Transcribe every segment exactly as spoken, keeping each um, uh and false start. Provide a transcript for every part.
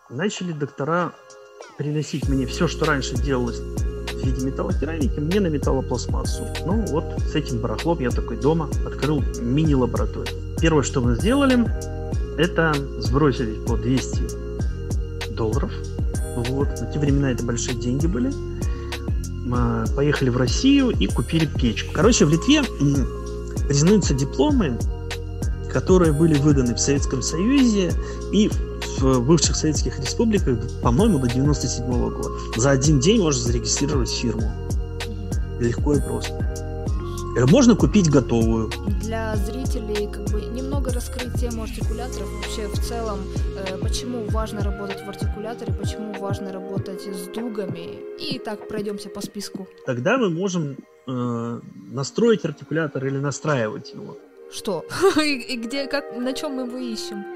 начали доктора приносить мне все, что раньше делалось в виде металлокерамики, мне на металлопластмассу. Ну вот с этим барахлом я такой дома открыл мини-лабораторию. Первое, что мы сделали, это сбросили по двести долларов. Вот. На те времена это большие деньги были. Мы поехали в Россию и купили печку. Короче, в Литве признаются дипломы, которые были выданы в Советском Союзе и в бывших советских республиках, по-моему, до девяносто седьмого года. За один день можно зарегистрировать фирму. Легко и просто. Можно купить готовую. Для зрителей как бы немного раскрыть тему артикуляторов. Вообще в целом, э, почему важно работать в артикуляторе, почему важно работать с дугами. И так пройдемся по списку. Тогда мы можем э, настроить артикулятор или настраивать его. Что? И, и где, как, на чем мы его ищем?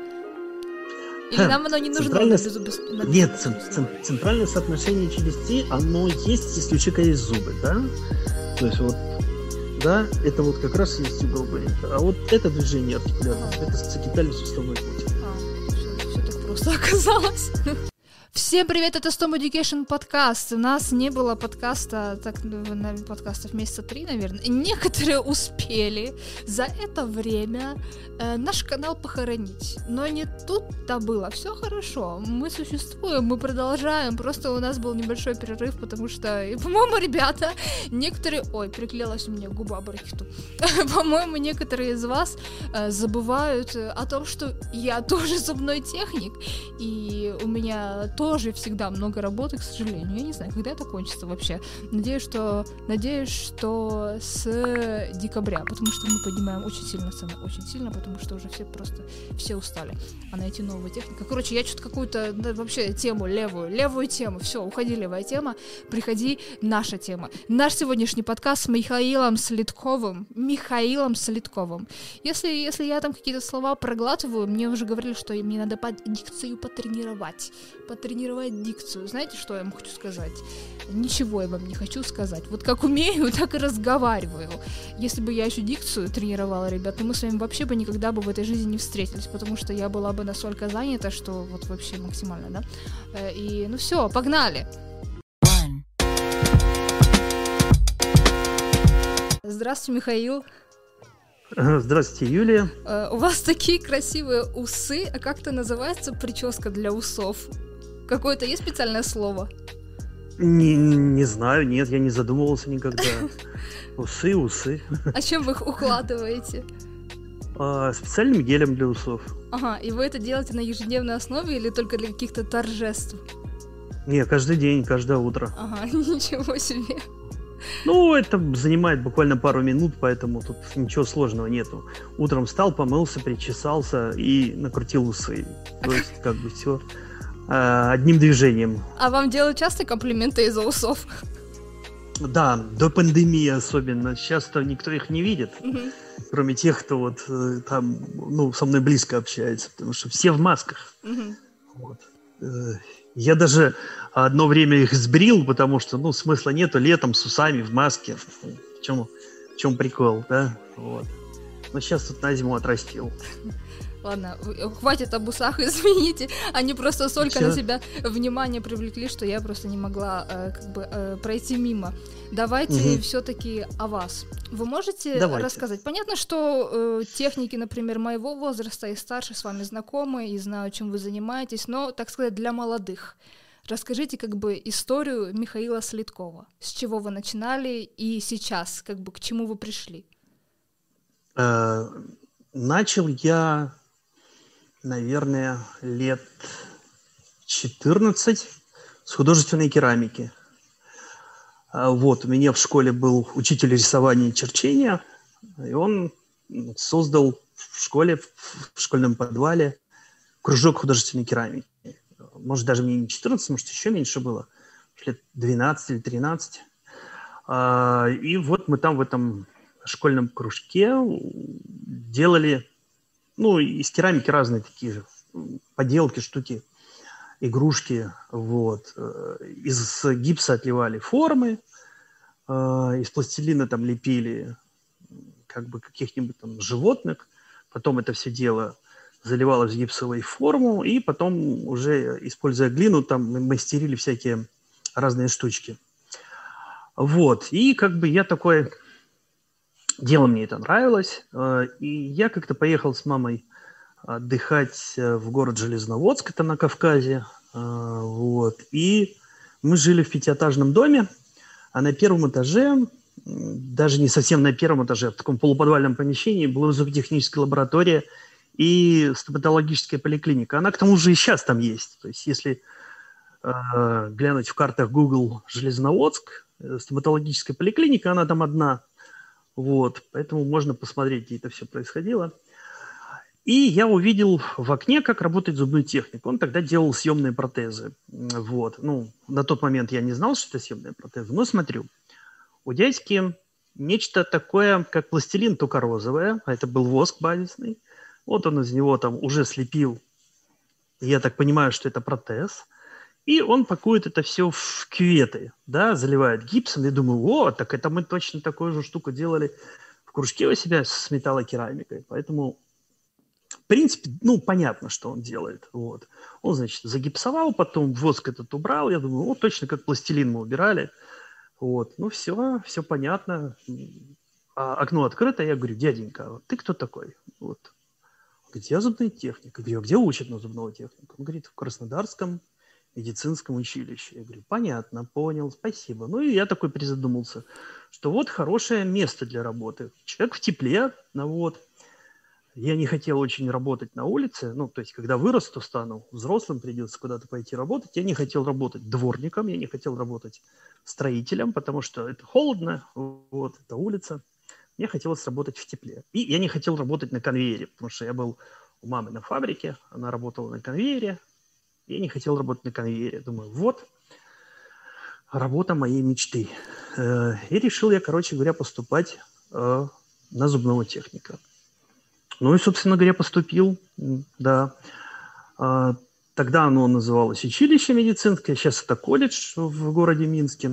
Или нам оно не нужно? Центральное... Нет, ц- центральное соотношение челюстей, оно есть, если у человека есть зубы, да? То есть вот, да, это вот как раз есть угол Беннета. А вот это движение артикулятора, ага. Это сагитальный суставной путь. А, все, все так просто оказалось. Всем привет, это Stom Education подкаст. У нас не было подкаста, так, подкастов месяца три, наверное. И некоторые успели за это время э, наш канал похоронить. Но не тут-то было. Все хорошо. Мы существуем, мы продолжаем. Просто у нас был небольшой перерыв, потому что, и, по-моему, ребята, некоторые... Ой, приклеилась у меня губа барахиту. По-моему, некоторые из вас э, забывают о том, что я тоже зубной техник. И у меня тоже тоже всегда много работы, к сожалению. Я не знаю, когда это кончится вообще. Надеюсь, что, надеюсь, что с декабря, потому что мы поднимаем очень сильно цены, очень сильно, потому что уже все просто, все устали. А найти новую технику. Короче, я что-то какую-то, да, вообще тему левую, левую тему. Все, уходи, левая тема, приходи, наша тема. Наш сегодняшний подкаст с Михаилом Слитковым. Михаилом Слитковым. Если, если я там какие-то слова проглатываю, мне уже говорили, что мне надо под дикцию потренировать. Потренировать дикцию. Знаете, что я вам хочу сказать? Ничего я вам не хочу сказать. Вот как умею, так и разговариваю. Если бы я еще дикцию тренировала, ребят, то мы с вами вообще бы никогда бы в этой жизни не встретились, потому что я была бы настолько занята, что вот вообще максимально, да? И, ну все, погнали! Здравствуйте, Михаил. Здравствуйте, Юлия. Uh, у вас такие красивые усы. А как это называется прическа для усов? Какое-то есть специальное слово? Не, не знаю, нет, я не задумывался никогда. Усы, усы. А чем вы их укладываете? А, специальным гелем для усов. Ага, и вы это делаете на ежедневной основе или только для каких-то торжеств? Не, каждый день, каждое утро. Ага, ничего себе. Ну, это занимает буквально пару минут, поэтому тут ничего сложного нету. Утром встал, помылся, причесался и накрутил усы. То есть, как бы все одним движением. А вам делают часто комплименты из-за усов? Да, до пандемии особенно. Сейчас-то никто их не видит, угу. Кроме тех, кто вот там, ну, со мной близко общается, потому что все в масках. Угу. Вот. Я даже одно время их сбрил, потому что, ну, смысла нету летом с усами в маске. В чем, в чем прикол, да? Вот. Но сейчас тут на зиму отрастил. Ладно, хватит об усах, извините. Они просто столько на себя внимания привлекли, что я просто не могла э, как бы э, пройти мимо. Давайте угу. все-таки о вас. Вы можете Давайте. рассказать? Понятно, что э, техники, например, моего возраста и старше с вами знакомы и знаю, чем вы занимаетесь, но, так сказать, для молодых. Расскажите как бы историю Михаила Слиткова. С чего вы начинали и сейчас, как бы к чему вы пришли? Э, начал я... наверное, лет четырнадцать с художественной керамики. Вот, у меня в школе был учитель рисования и черчения, и он создал в школе, в школьном подвале кружок художественной керамики. Может, даже мне не четырнадцать, может, еще меньше было, лет двенадцать или тринадцать. И вот мы там в этом школьном кружке делали... Ну, из керамики разные такие же поделки, штуки, игрушки, вот. Из гипса отливали формы, из пластилина там лепили как бы каких-нибудь там животных, потом это все дело заливалась в гипсовую форму, и потом уже, используя глину, там мы мастерили всякие разные штучки. Вот, и как бы я такое... Дело мне это нравилось, и я как-то поехал с мамой отдыхать в город Железноводск, это на Кавказе, вот, и мы жили в пятиэтажном доме, а на первом этаже, даже не совсем на первом этаже, а в таком полуподвальном помещении была зуботехническая лаборатория и стоматологическая поликлиника. Она к тому же и сейчас там есть, то есть если э, глянуть в картах Google Железноводск, стоматологическая поликлиника, она там одна. Вот, поэтому можно посмотреть, где это все происходило. И я увидел в окне, как работает зубной техник. Он тогда делал съемные протезы. Вот, ну, на тот момент я не знал, что это съемные протезы, но смотрю. У дядьки нечто такое, как пластилин, только розовое. А это был воск базисный. Вот он из него там уже слепил. Я так понимаю, что это протез. И он пакует это все в кюветы, да, заливает гипсом. Я думаю, о, так это мы точно такую же штуку делали в кружке у себя с металлокерамикой. Поэтому, в принципе, ну, понятно, что он делает. Вот. Он, значит, загипсовал, потом воск этот убрал. Я думаю, о, точно как пластилин мы убирали. Вот. Ну, все, все понятно. А окно открыто, я говорю, дяденька, ты кто такой? Вот. Где я зубный техник? Я говорю, а где учат на зубного техника? Он говорит, в Краснодарском медицинском училище. Я говорю, понятно, понял, спасибо. Ну и я такой призадумался, что вот хорошее место для работы. Человек в тепле, ну вот. Я не хотел очень работать на улице, ну, то есть, когда вырасту, стану взрослым, придется куда-то пойти работать. Я не хотел работать дворником, я не хотел работать строителем, потому что это холодно, вот, это улица. Мне хотелось работать в тепле. И я не хотел работать на конвейере, потому что я был у мамы на фабрике, она работала на конвейере. Я не хотел работать на конвейере. Думаю, вот работа моей мечты. И решил я, короче говоря, поступать на зубного техника. Ну и, собственно говоря, поступил, да. Тогда оно называлось училище медицинское, сейчас это колледж в городе Минске.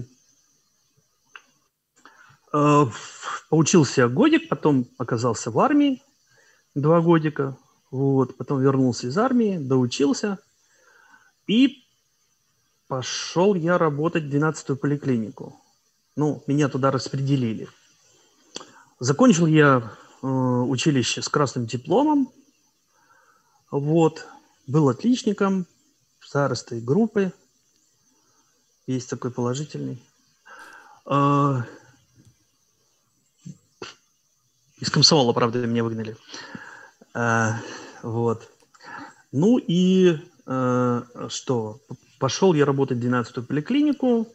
Поучился годик, потом оказался в армии два годика. Вот, потом вернулся из армии, доучился. И пошел я работать в двенадцатую поликлинику. Ну, меня туда распределили. Закончил я э, училище с красным дипломом. Вот. Был отличником, старостой группы. Есть такой положительный. Э, из комсомола, правда, меня выгнали. Э, вот. Ну и... что, пошел я работать в двенадцатую поликлинику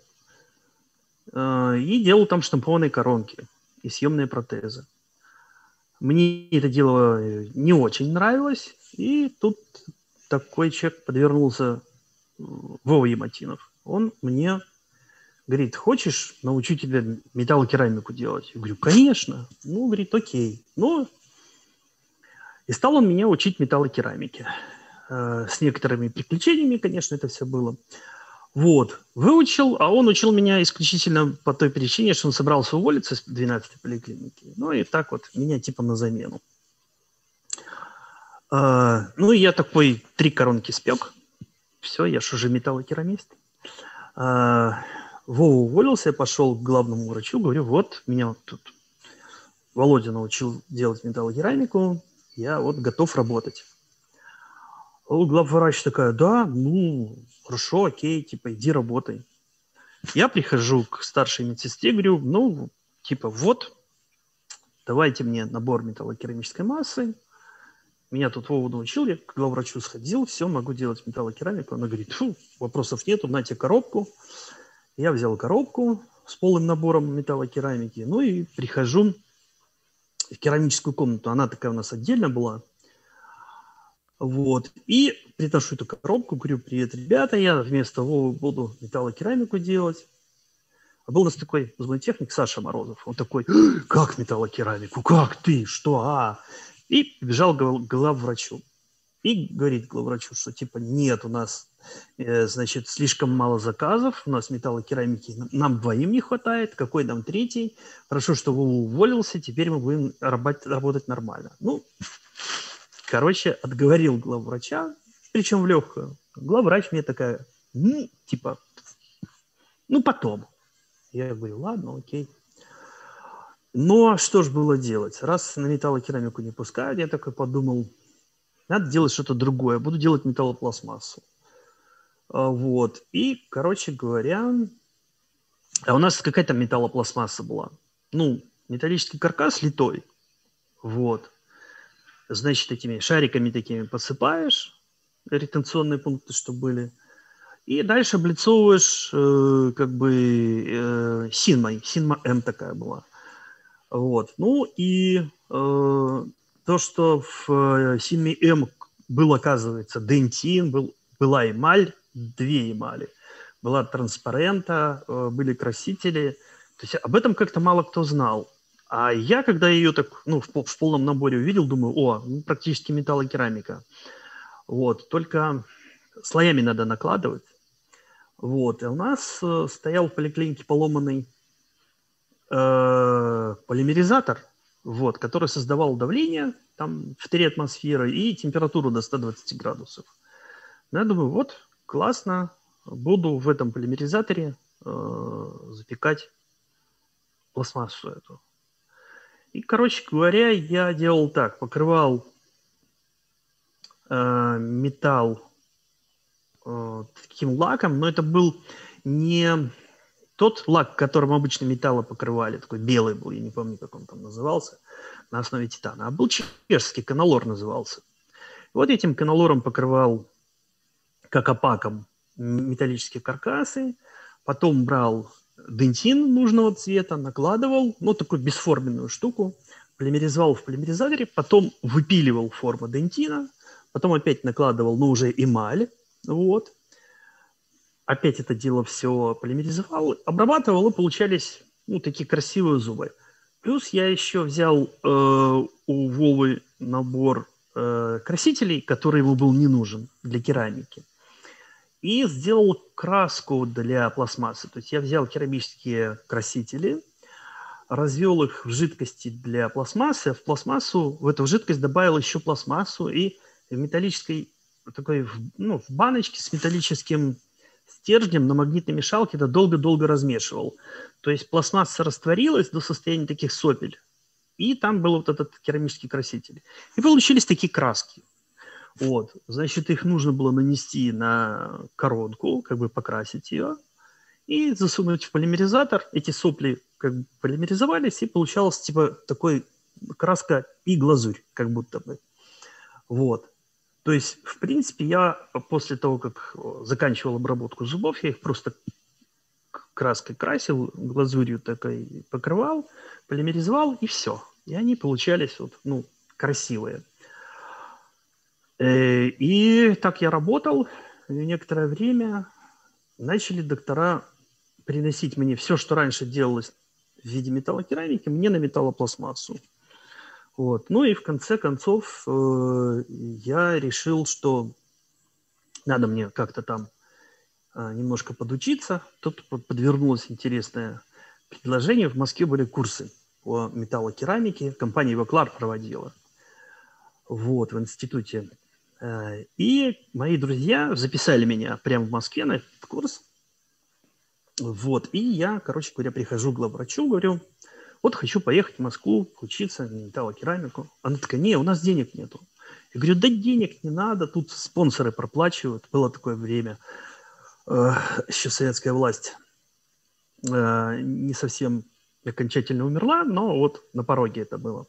и делал там штампованные коронки и съемные протезы. Мне это дело не очень нравилось, и тут такой человек подвернулся, Вова Яматинов. Он мне говорит, хочешь, научу тебя металлокерамику делать? Я говорю, конечно. Ну, говорит, окей. Ну, и стал он меня учить металлокерамике. С некоторыми приключениями, конечно, это все было. Вот. Выучил, а он учил меня исключительно по той причине, что он собрался уволиться с двенадцатой поликлиники. Ну и так вот, меня типа на замену. А, ну и я такой три коронки спек. Все, я ж уже металлокерамист. А, Вова уволился, я пошел к главному врачу, говорю, вот, меня тут Володя научил делать металлокерамику, я вот готов работать. Главврач такая, да, ну, хорошо, окей, типа, иди работай. Я прихожу к старшей медсестре, говорю, ну, типа, вот, давайте мне набор металлокерамической массы. Меня тут Вова научил, я к главврачу сходил, все, могу делать металлокерамику. Она говорит, фу, вопросов нету, на тебе коробку. Я взял коробку с полным набором металлокерамики, ну и прихожу в керамическую комнату. Она такая у нас отдельно была. Вот. И приношу эту коробку, говорю, привет, ребята, я вместо Вовы буду металлокерамику делать. А был у нас такой зубной техник Саша Морозов. Он такой, как металлокерамику, как ты, что, а? И побежал к главврачу. И говорит главврачу, что типа нет, у нас, э, значит, слишком мало заказов, у нас металлокерамики нам двоим не хватает, какой нам третий? Хорошо, что Вова уволился, теперь мы будем работать, работать нормально. Ну, короче, отговорил главврача, причем в легкую. Главврач мне такая, ну, типа, ну, потом. Я говорю, ладно, окей. Но что ж было делать? Раз на металлокерамику не пускают, я такой подумал, надо делать что-то другое. Буду делать металлопластмассу. Вот. И, короче говоря, а у нас какая-то металлопластмасса была. Ну, металлический каркас литой. Вот. Значит, этими шариками такими посыпаешь, ретенционные пункты, что были. И дальше облицовываешь э, как бы э, синмой. Синма М такая была. Вот. Ну и э, то, что в э, Синме М был, оказывается, дентин, был, была эмаль, две эмали. Была транспарента, э, были красители. То есть об этом как-то мало кто знал. А я, когда ее так, ну, в, в полном наборе увидел, думаю, о, ну, практически металлокерамика. Вот. Только слоями надо накладывать. Вот. И у нас э, стоял в поликлинике поломанный э, полимеризатор, вот, который создавал давление там, в три атмосферы и температуру до ста двадцати градусов. Ну, я думаю, вот, классно, буду в этом полимеризаторе э, запекать пластмассу эту. И, короче говоря, я делал так, покрывал э, металл э, таким лаком, но это был не тот лак, которым обычно металлы покрывали, такой белый был, я не помню, как он там назывался, на основе титана, а был чешский, каналор назывался. И вот этим каналором покрывал, как опаком, металлические каркасы, потом брал дентин нужного цвета, накладывал, ну, такую бесформенную штуку, полимеризовал в полимеризаторе, потом выпиливал форму дентина, потом опять накладывал, ну, уже эмаль, вот. Опять это дело все полимеризовал, обрабатывал, и получались, ну, такие красивые зубы. Плюс я еще взял э, у Вовы набор э, красителей, который ему был не нужен для керамики. И сделал краску для пластмассы. То есть я взял керамические красители, развел их в жидкости для пластмассы, а в пластмассу, в эту жидкость добавил еще пластмассу и в металлической, такой, ну, в баночке с металлическим стержнем на магнитной мешалке это долго-долго размешивал. То есть пластмасса растворилась до состояния таких сопель. И там был вот этот керамический краситель. И получились такие краски. Вот, значит, их нужно было нанести на коронку, как бы покрасить ее, и засунуть в полимеризатор. Эти сопли как бы полимеризовались, и получалась типа такой краска и глазурь, как будто бы. Вот. То есть, в принципе, я после того, как заканчивал обработку зубов, я их просто краской красил, глазурью такой покрывал, полимеризовал, и все. И они получались вот, ну, красивые. И так я работал, и некоторое время начали доктора приносить мне все, что раньше делалось в виде металлокерамики, мне на металлопластмассу. Вот. Ну и в конце концов э, я решил, что надо мне как-то там э, немножко подучиться. Тут подвернулось интересное предложение. В Москве были курсы по металлокерамике. Компания Ивоклар проводила. Вот, в институте. И мои друзья записали меня прямо в Москве на этот курс. Вот, и я, короче говоря, прихожу к главврачу, говорю, вот хочу поехать в Москву учиться на металлокерамику. Она такая, не, у нас денег нету. Я говорю, да денег не надо, тут спонсоры проплачивают. Было такое время, э, еще советская власть э, не совсем окончательно умерла, но вот на пороге это было.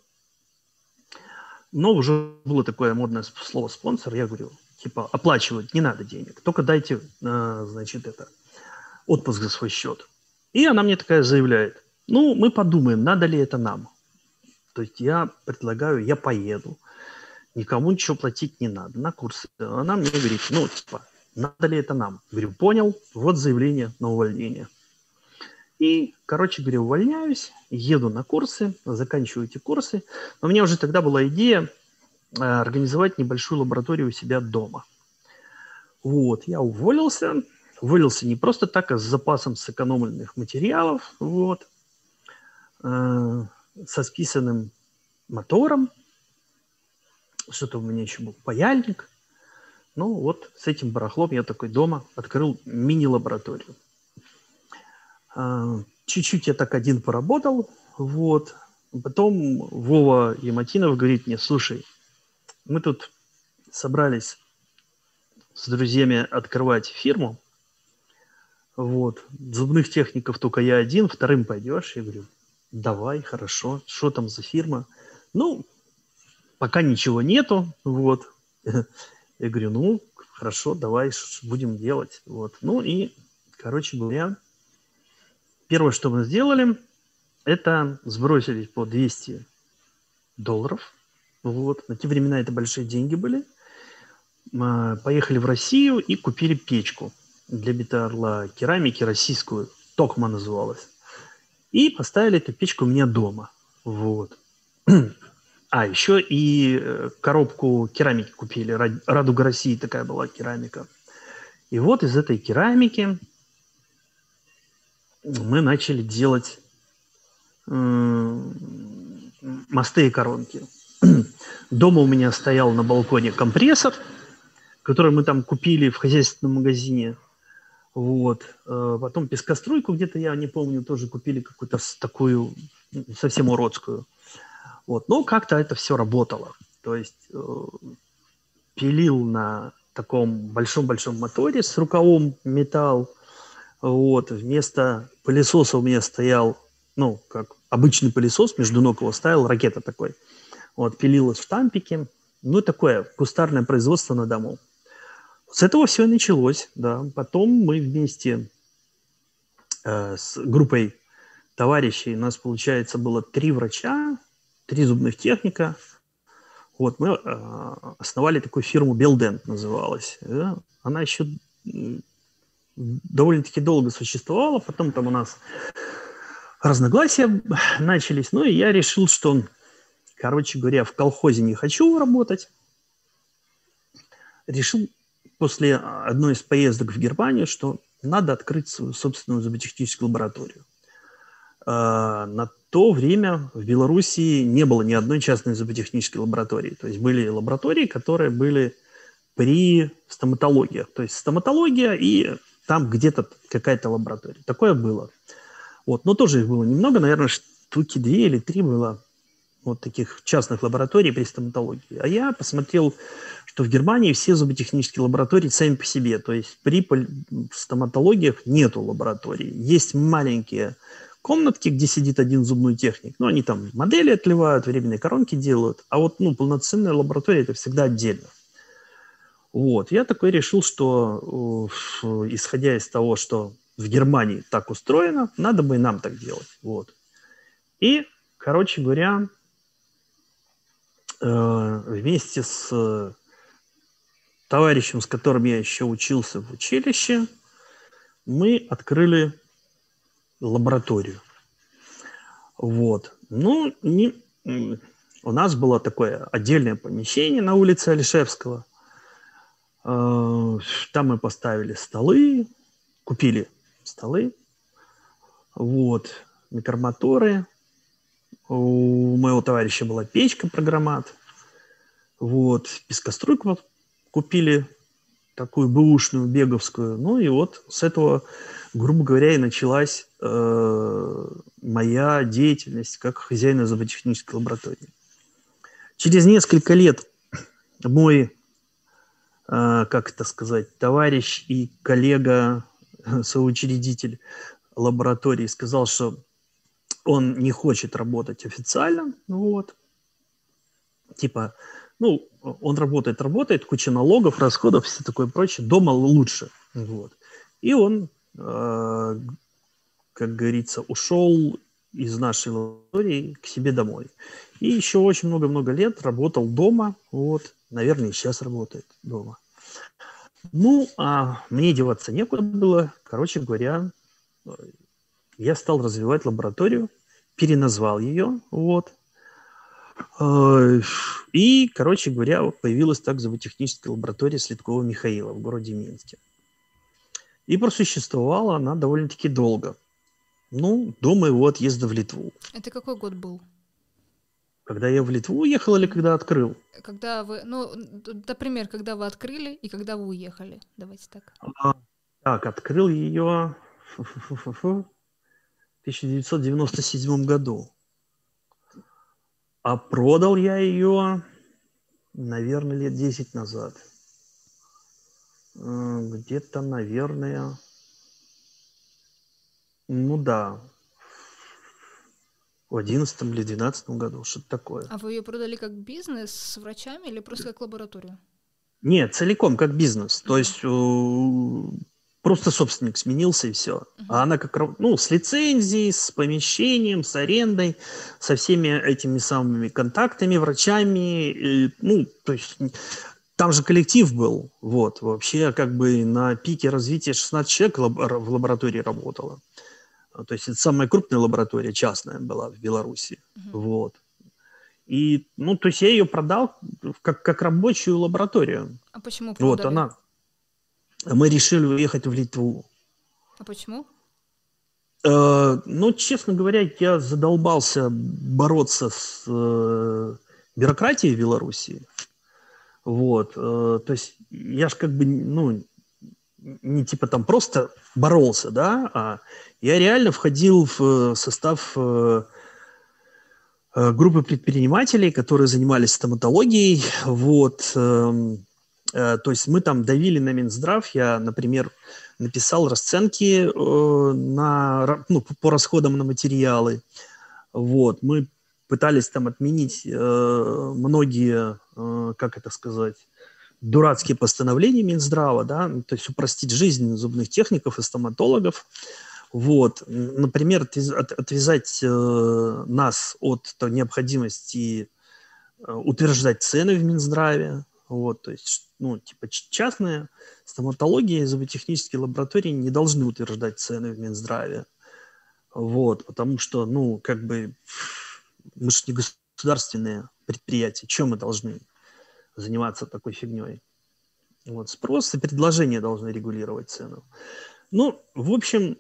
Но уже было такое модное слово «спонсор». Я говорю, типа, оплачивать не надо денег, только дайте, э, значит, это, отпуск за свой счет. И она мне такая заявляет, ну, мы подумаем, надо ли это нам. То есть я предлагаю, я поеду, никому ничего платить не надо на курсы. Она мне говорит, ну, типа, надо ли это нам? Я говорю, понял, вот заявление на увольнение. И, короче говоря, увольняюсь, еду на курсы, заканчиваю эти курсы. Но у меня уже тогда была идея э, организовать небольшую лабораторию у себя дома. Вот, я уволился. Уволился не просто так, а с запасом сэкономленных материалов, вот, э, со списанным мотором. Что-то у меня еще был паяльник. Ну, вот с этим барахлом я такой дома открыл мини-лабораторию. А, чуть-чуть я так один поработал, вот. Потом Вова Яматинов говорит мне: слушай, мы тут собрались с друзьями открывать фирму, вот. Зубных техников только я один, вторым пойдешь? Я говорю: давай, хорошо. Что там за фирма? Ну, пока ничего нету, вот. Я говорю: ну, хорошо, давай, будем делать. Вот. Ну и, короче говоря, первое, что мы сделали, это сбросили по двести долларов. Вот. На те времена это большие деньги были. Мы поехали в Россию и купили печку для металлокерамики российскую. Токма называлась. И поставили эту печку у меня дома. Вот. А, еще и коробку керамики купили. Радуга России такая была керамика. И вот из этой керамики мы начали делать э, мосты и коронки. Дома у меня стоял на балконе компрессор, который мы там купили в хозяйственном магазине. Вот. Потом пескоструйку где-то, я не помню, тоже купили какую-то такую совсем уродскую. Вот. Но как-то это все работало. То есть э, пилил на таком большом-большом моторе с рукавом металл. Вот. Вместо пылесоса у меня стоял, ну, как обычный пылесос, между ног его ставил, ракета такой. Вот. Пилилось в штампике. Ну, такое кустарное производство на дому. С этого все и началось, да. Потом мы вместе э, с группой товарищей, у нас, получается, было три врача, три зубных техника. Вот, мы э, основали такую фирму Белдент, называлась. Да? Она еще довольно-таки долго существовала. Потом там у нас разногласия начались. Ну, и я решил, что, короче говоря, в колхозе не хочу работать. Решил после одной из поездок в Германию, что надо открыть свою собственную зуботехническую лабораторию. Uh, на то время в Белоруссии не было ни одной частной зуботехнической лаборатории. То есть были лаборатории, которые были при стоматологиях. То есть стоматология и там где-то какая-то лаборатория. Такое было. Вот. Но тоже их было немного, наверное, штуки две или три было вот таких частных лабораторий при стоматологии. А я посмотрел, что в Германии все зуботехнические лаборатории сами по себе. То есть при стоматологиях нету лабораторий. Есть маленькие комнатки, где сидит один зубной техник. Ну, они там модели отливают, временные коронки делают. А вот, ну, полноценная лаборатория – это всегда отдельно. Вот. Я такой решил, что, исходя из того, что в Германии так устроено, надо бы и нам так делать. Вот. И, короче говоря, вместе с товарищем, с которым я еще учился в училище, мы открыли лабораторию. Вот. Ну, не, у нас было такое отдельное помещение на улице Алишевского. Там мы поставили столы, купили столы, вот, микромоторы. У моего товарища была печка программат. Вот, пескоструйку купили, такую бэушную, беговскую. Ну и вот с этого, грубо говоря, и началась э, моя деятельность как хозяина зуботехнической лаборатории. Через несколько лет мой, э, как это сказать, товарищ и коллега, соучредитель лаборатории сказал, что он не хочет работать официально. Вот. Типа, ну, он работает, работает, куча налогов, расходов, все такое прочее. Дома лучше. Вот. И он, э, как говорится, ушел из нашей лаборатории к себе домой. И еще очень много-много лет работал дома. Вот. Наверное, и сейчас работает дома. Ну, а мне деваться некуда было. Короче говоря, я стал развивать лабораторию, переназвал ее. Вот. И, короче говоря, появилась так зуботехническая лаборатория Следкова Михаила в городе Минске. И просуществовала она довольно-таки долго. Ну, до моего отъезда в Литву. Это какой год был? Когда я в Литву уехал или когда открыл? Когда вы, ну, например, когда вы открыли и когда вы уехали. Давайте так. А, так, открыл ее в тысяча девятьсот девяносто седьмом году. А продал я ее, наверное, лет десять назад. Где-то, наверное, ну да, в одиннадцатом или двенадцатом году, что-то такое. А вы ее продали как бизнес с врачами или просто как лабораторию? Нет, целиком как бизнес. То есть просто собственник сменился и все. Uh-huh. А она как, ну, с лицензией, с помещением, с арендой, со всеми этими самыми контактами, врачами. И, ну, то есть там же коллектив был. Вот, вообще как бы на пике развития шестнадцать человек в лаборатории работало. То есть это самая крупная лаборатория частная была в Беларуси. Uh-huh. Вот. И, ну, то есть я ее продал как, как рабочую лабораторию. А почему продали? Вот она. Мы решили уехать в Литву. А почему? Э, ну, честно говоря, я задолбался бороться с э, бюрократией в Беларуси. Вот. Э, то есть я ж как бы, ну, не типа там просто боролся, да, а я реально входил в состав э, группы предпринимателей, которые занимались стоматологией. Вот. Э, То есть мы там давили на Минздрав. Я, например, написал расценки э, на, ну, по расходам на материалы. Вот. Мы пытались там отменить э, многие, э, как это сказать, дурацкие постановления Минздрава, да, то есть упростить жизнь зубных техников и стоматологов. Вот. Например, отвязать э, нас от той необходимости э, утверждать цены в Минздраве. Вот, то есть, ну, типа частные стоматологии и зуботехнические лаборатории не должны утверждать цены в Минздраве. Вот, потому что, ну, как бы, мы же не государственные предприятия. Чем мы должны заниматься такой фигней? Вот, спрос и предложение должны регулировать цену. Ну, в общем,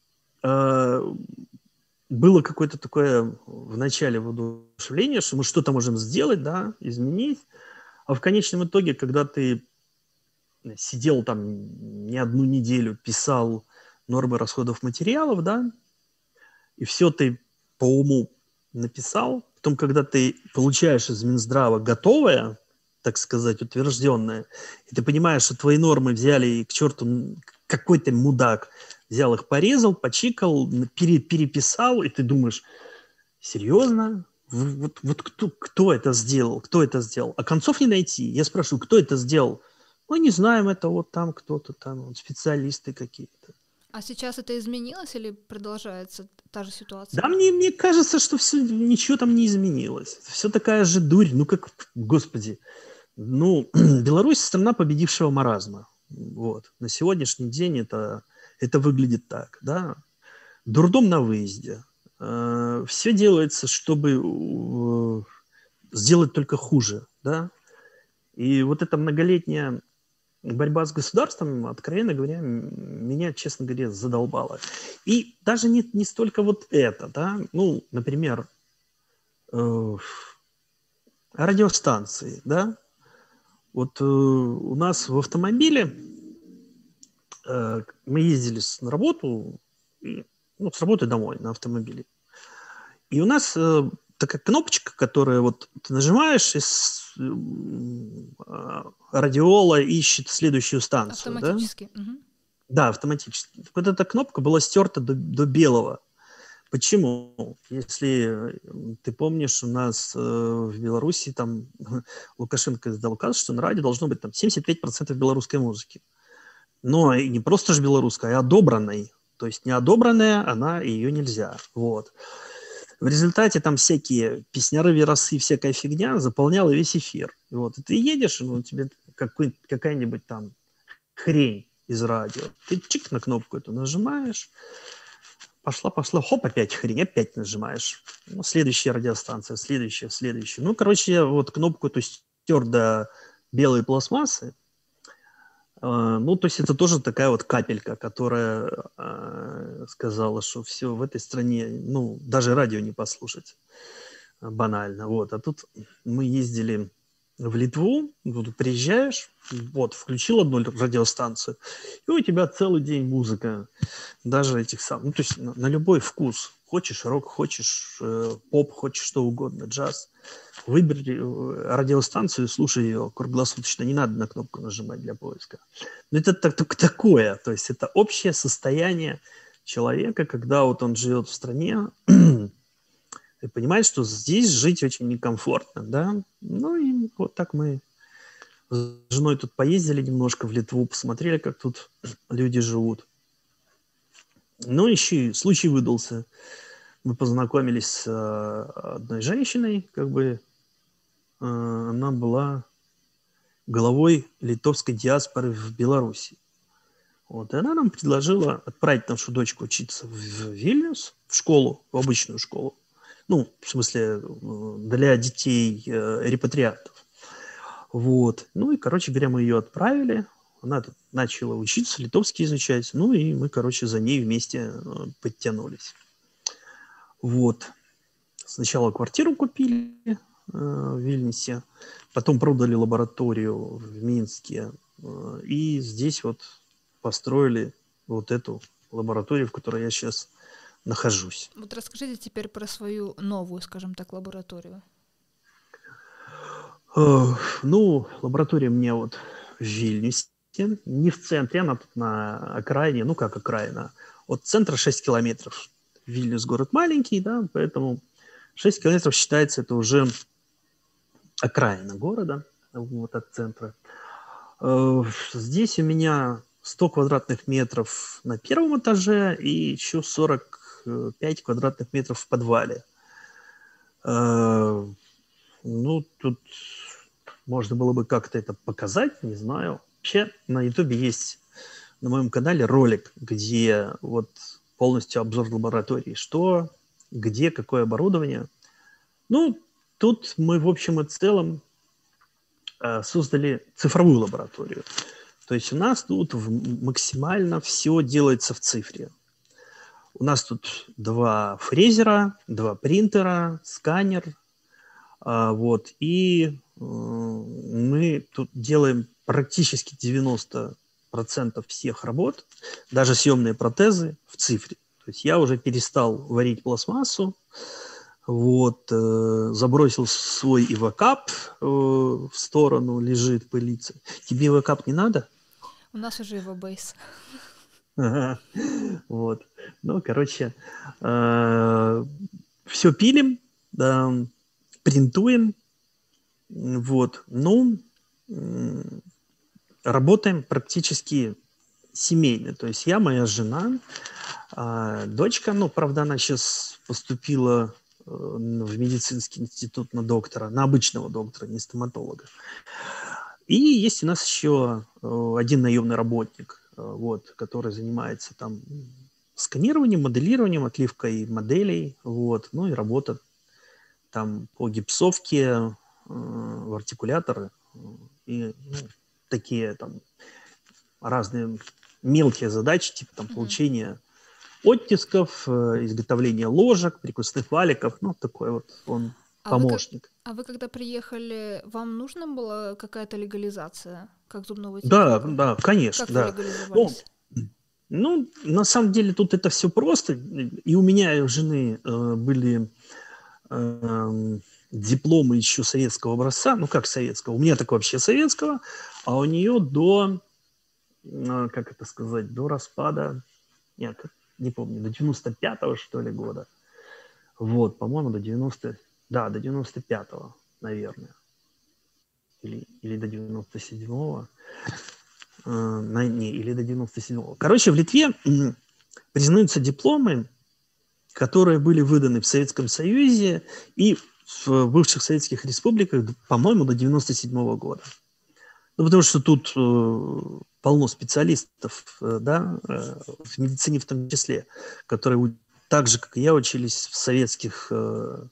э, было какое-то такое в начале воодушевление, что мы что-то можем сделать, да, изменить. А в конечном итоге, когда ты сидел там не одну неделю, писал нормы расходов материалов, да, и все ты по уму написал, потом, когда ты получаешь из Минздрава готовое, так сказать, утвержденное, и ты понимаешь, что твои нормы взяли и к черту какой-то мудак взял их, порезал, почикал, пере, переписал, и ты думаешь, серьезно? Вот, вот кто, кто это сделал? Кто это сделал? А концов не найти. Я спрашиваю, кто это сделал? Мы не знаем, это вот там кто-то там, вот специалисты какие-то. А сейчас это изменилось или продолжается та же ситуация? Да, мне, мне кажется, что все, ничего там не изменилось. Все такая же дурь. Ну, как, господи. Ну, Беларусь – страна победившего маразма. Вот. На сегодняшний день это, это выглядит так, да. Дурдом на выезде. Все делается, чтобы сделать только хуже, да. И вот эта многолетняя борьба с государством, откровенно говоря, меня, честно говоря, задолбала. И даже не, не столько вот это, да, ну, например, э, радиостанции, да. Вот э, у нас в автомобиле э, мы ездили на работу, и, ну, с работы домой на автомобиле. И у нас э, такая кнопочка, которая вот ты нажимаешь, и с, э, радиола ищет следующую станцию. Автоматически. Да, угу. Да, автоматически. Вот эта кнопка была стерта до, до белого. Почему? Если ты помнишь, у нас э, в Беларуси там Лукашенко издал указ, что на радио должно быть там семьдесят пять процентов белорусской музыки. Но и не просто же белорусской, а одобранной. То есть не одобранная, она, ее нельзя. Вот. В результате там всякие песняры, веросы, всякая фигня заполняла весь эфир. Вот. И ты едешь, ну, тебе какая-нибудь там хрень из радио. Ты чик на кнопку эту нажимаешь, пошла, пошла, хоп, опять хрень, опять нажимаешь. Ну, следующая радиостанция, следующая, следующая. Ну, короче, я вот кнопку эту стер до белой пластмассы. Ну, то есть это тоже такая вот капелька, которая э, сказала, что все, в этой стране, ну, даже радио не послушать. банально. Вот. А тут мы ездили в Литву, тут приезжаешь, вот, включил одну радиостанцию, и у тебя целый день музыка, даже этих самых, ну, то есть на, на любой вкус. Хочешь рок, хочешь э, поп, хочешь что угодно, джаз. Выбери радиостанцию и слушай ее круглосуточно. Не надо на кнопку нажимать для поиска. Но это так, только такое. То есть это общее состояние человека, когда вот он живет в стране, и понимает, что здесь жить очень некомфортно, да. Ну и вот так мы с женой тут поездили немножко в Литву, посмотрели, как тут люди живут. Ну, еще и случай выдался. Мы познакомились с э, одной женщиной, как бы э, она была главой литовской диаспоры в Беларуси. Вот, и она нам предложила отправить нашу дочку учиться в, в Вильнюс, в школу, в обычную школу. Ну, в смысле, для детей э, репатриантов. Вот. Ну и, короче говоря, мы ее отправили. Она тут начала учиться, литовский изучать. Ну и мы, короче, за ней вместе э, подтянулись. Вот. Сначала квартиру купили э, в Вильнюсе, потом продали лабораторию в Минске. Э, и здесь вот построили вот эту лабораторию, в которой я сейчас нахожусь. Вот расскажите теперь про свою новую, скажем так, лабораторию. Э, ну, лаборатория у меня вот в Вильнюсе, не в центре, она тут на окраине, ну как окраина, от центра шесть километров. Вильнюс город маленький, да, поэтому шесть километров считается это уже окраина города, вот от центра. Э, здесь у меня сто квадратных метров на первом этаже и еще сорок пять квадратных метров в подвале. Э, ну, тут можно было бы как-то это показать, не знаю. Вообще на Ютубе есть на моем канале ролик, где вот полностью обзор лаборатории, что, где, какое оборудование. Ну, тут мы в общем и целом э, создали цифровую лабораторию. То есть у нас тут максимально все делается в цифре. У нас тут два фрезера, два принтера, сканер. А, вот, и э, мы тут делаем практически девяносто процентов всех работ, даже съемные протезы в цифре. То есть я уже перестал варить пластмассу, вот, э, забросил свой ивокап э, в сторону, лежит, пылится. Тебе ивокап не надо? У нас уже ивобейс. Ага. Вот. Ну, короче, э, все пилим, да, принтуем, вот. Ну, э, работаем практически семейно. То есть я, моя жена, э, дочка, ну, правда, она сейчас поступила э, в медицинский институт на доктора, на обычного доктора, не стоматолога. И есть у нас еще э, один наемный работник, э, вот, который занимается там сканированием, моделированием, отливкой моделей, вот, ну и работа там по гипсовке, э, в артикуляторы и ну, такие там разные мелкие задачи, типа там получения оттисков, э, изготовления ложек, прикусных валиков, ну такой вот он А помощник. Вы как, а вы когда приехали, вам нужна была какая-то легализация, как зубного Да, техника? да, конечно, Как да. вы легализовались? Ну, ну, на самом деле тут это все просто. И у меня и у жены э, были э, дипломы еще советского образца. Ну, как советского? У меня так вообще советского, а у нее до, э, как это сказать, до распада, нет, не помню, до девяносто пятого, что ли, года. Вот, по-моему, до девяносто, да, до девяносто пятого, наверное. Или, или до девяносто седьмого. На, не, или до девяносто седьмого. Короче, в Литве м, признаются дипломы, которые были выданы в Советском Союзе и в бывших советских республиках, по-моему, до девяносто седьмого года. Ну, потому что тут э, полно специалистов, э, да, э, в медицине в том числе, которые так же, как и я, учились в советских э,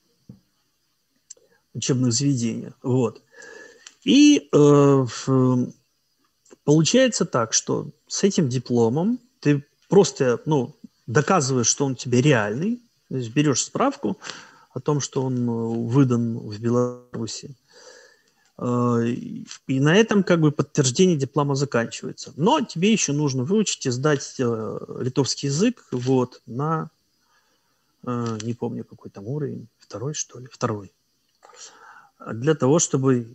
учебных заведениях. Вот. И э, в, получается так, что с этим дипломом ты просто ну, доказываешь, что он тебе реальный, то есть берешь справку о том, что он выдан в Беларуси. И на этом как бы подтверждение диплома заканчивается. Но тебе еще нужно выучить и сдать литовский язык вот, на, не помню, какой там уровень, второй, что ли, второй. Для того, чтобы,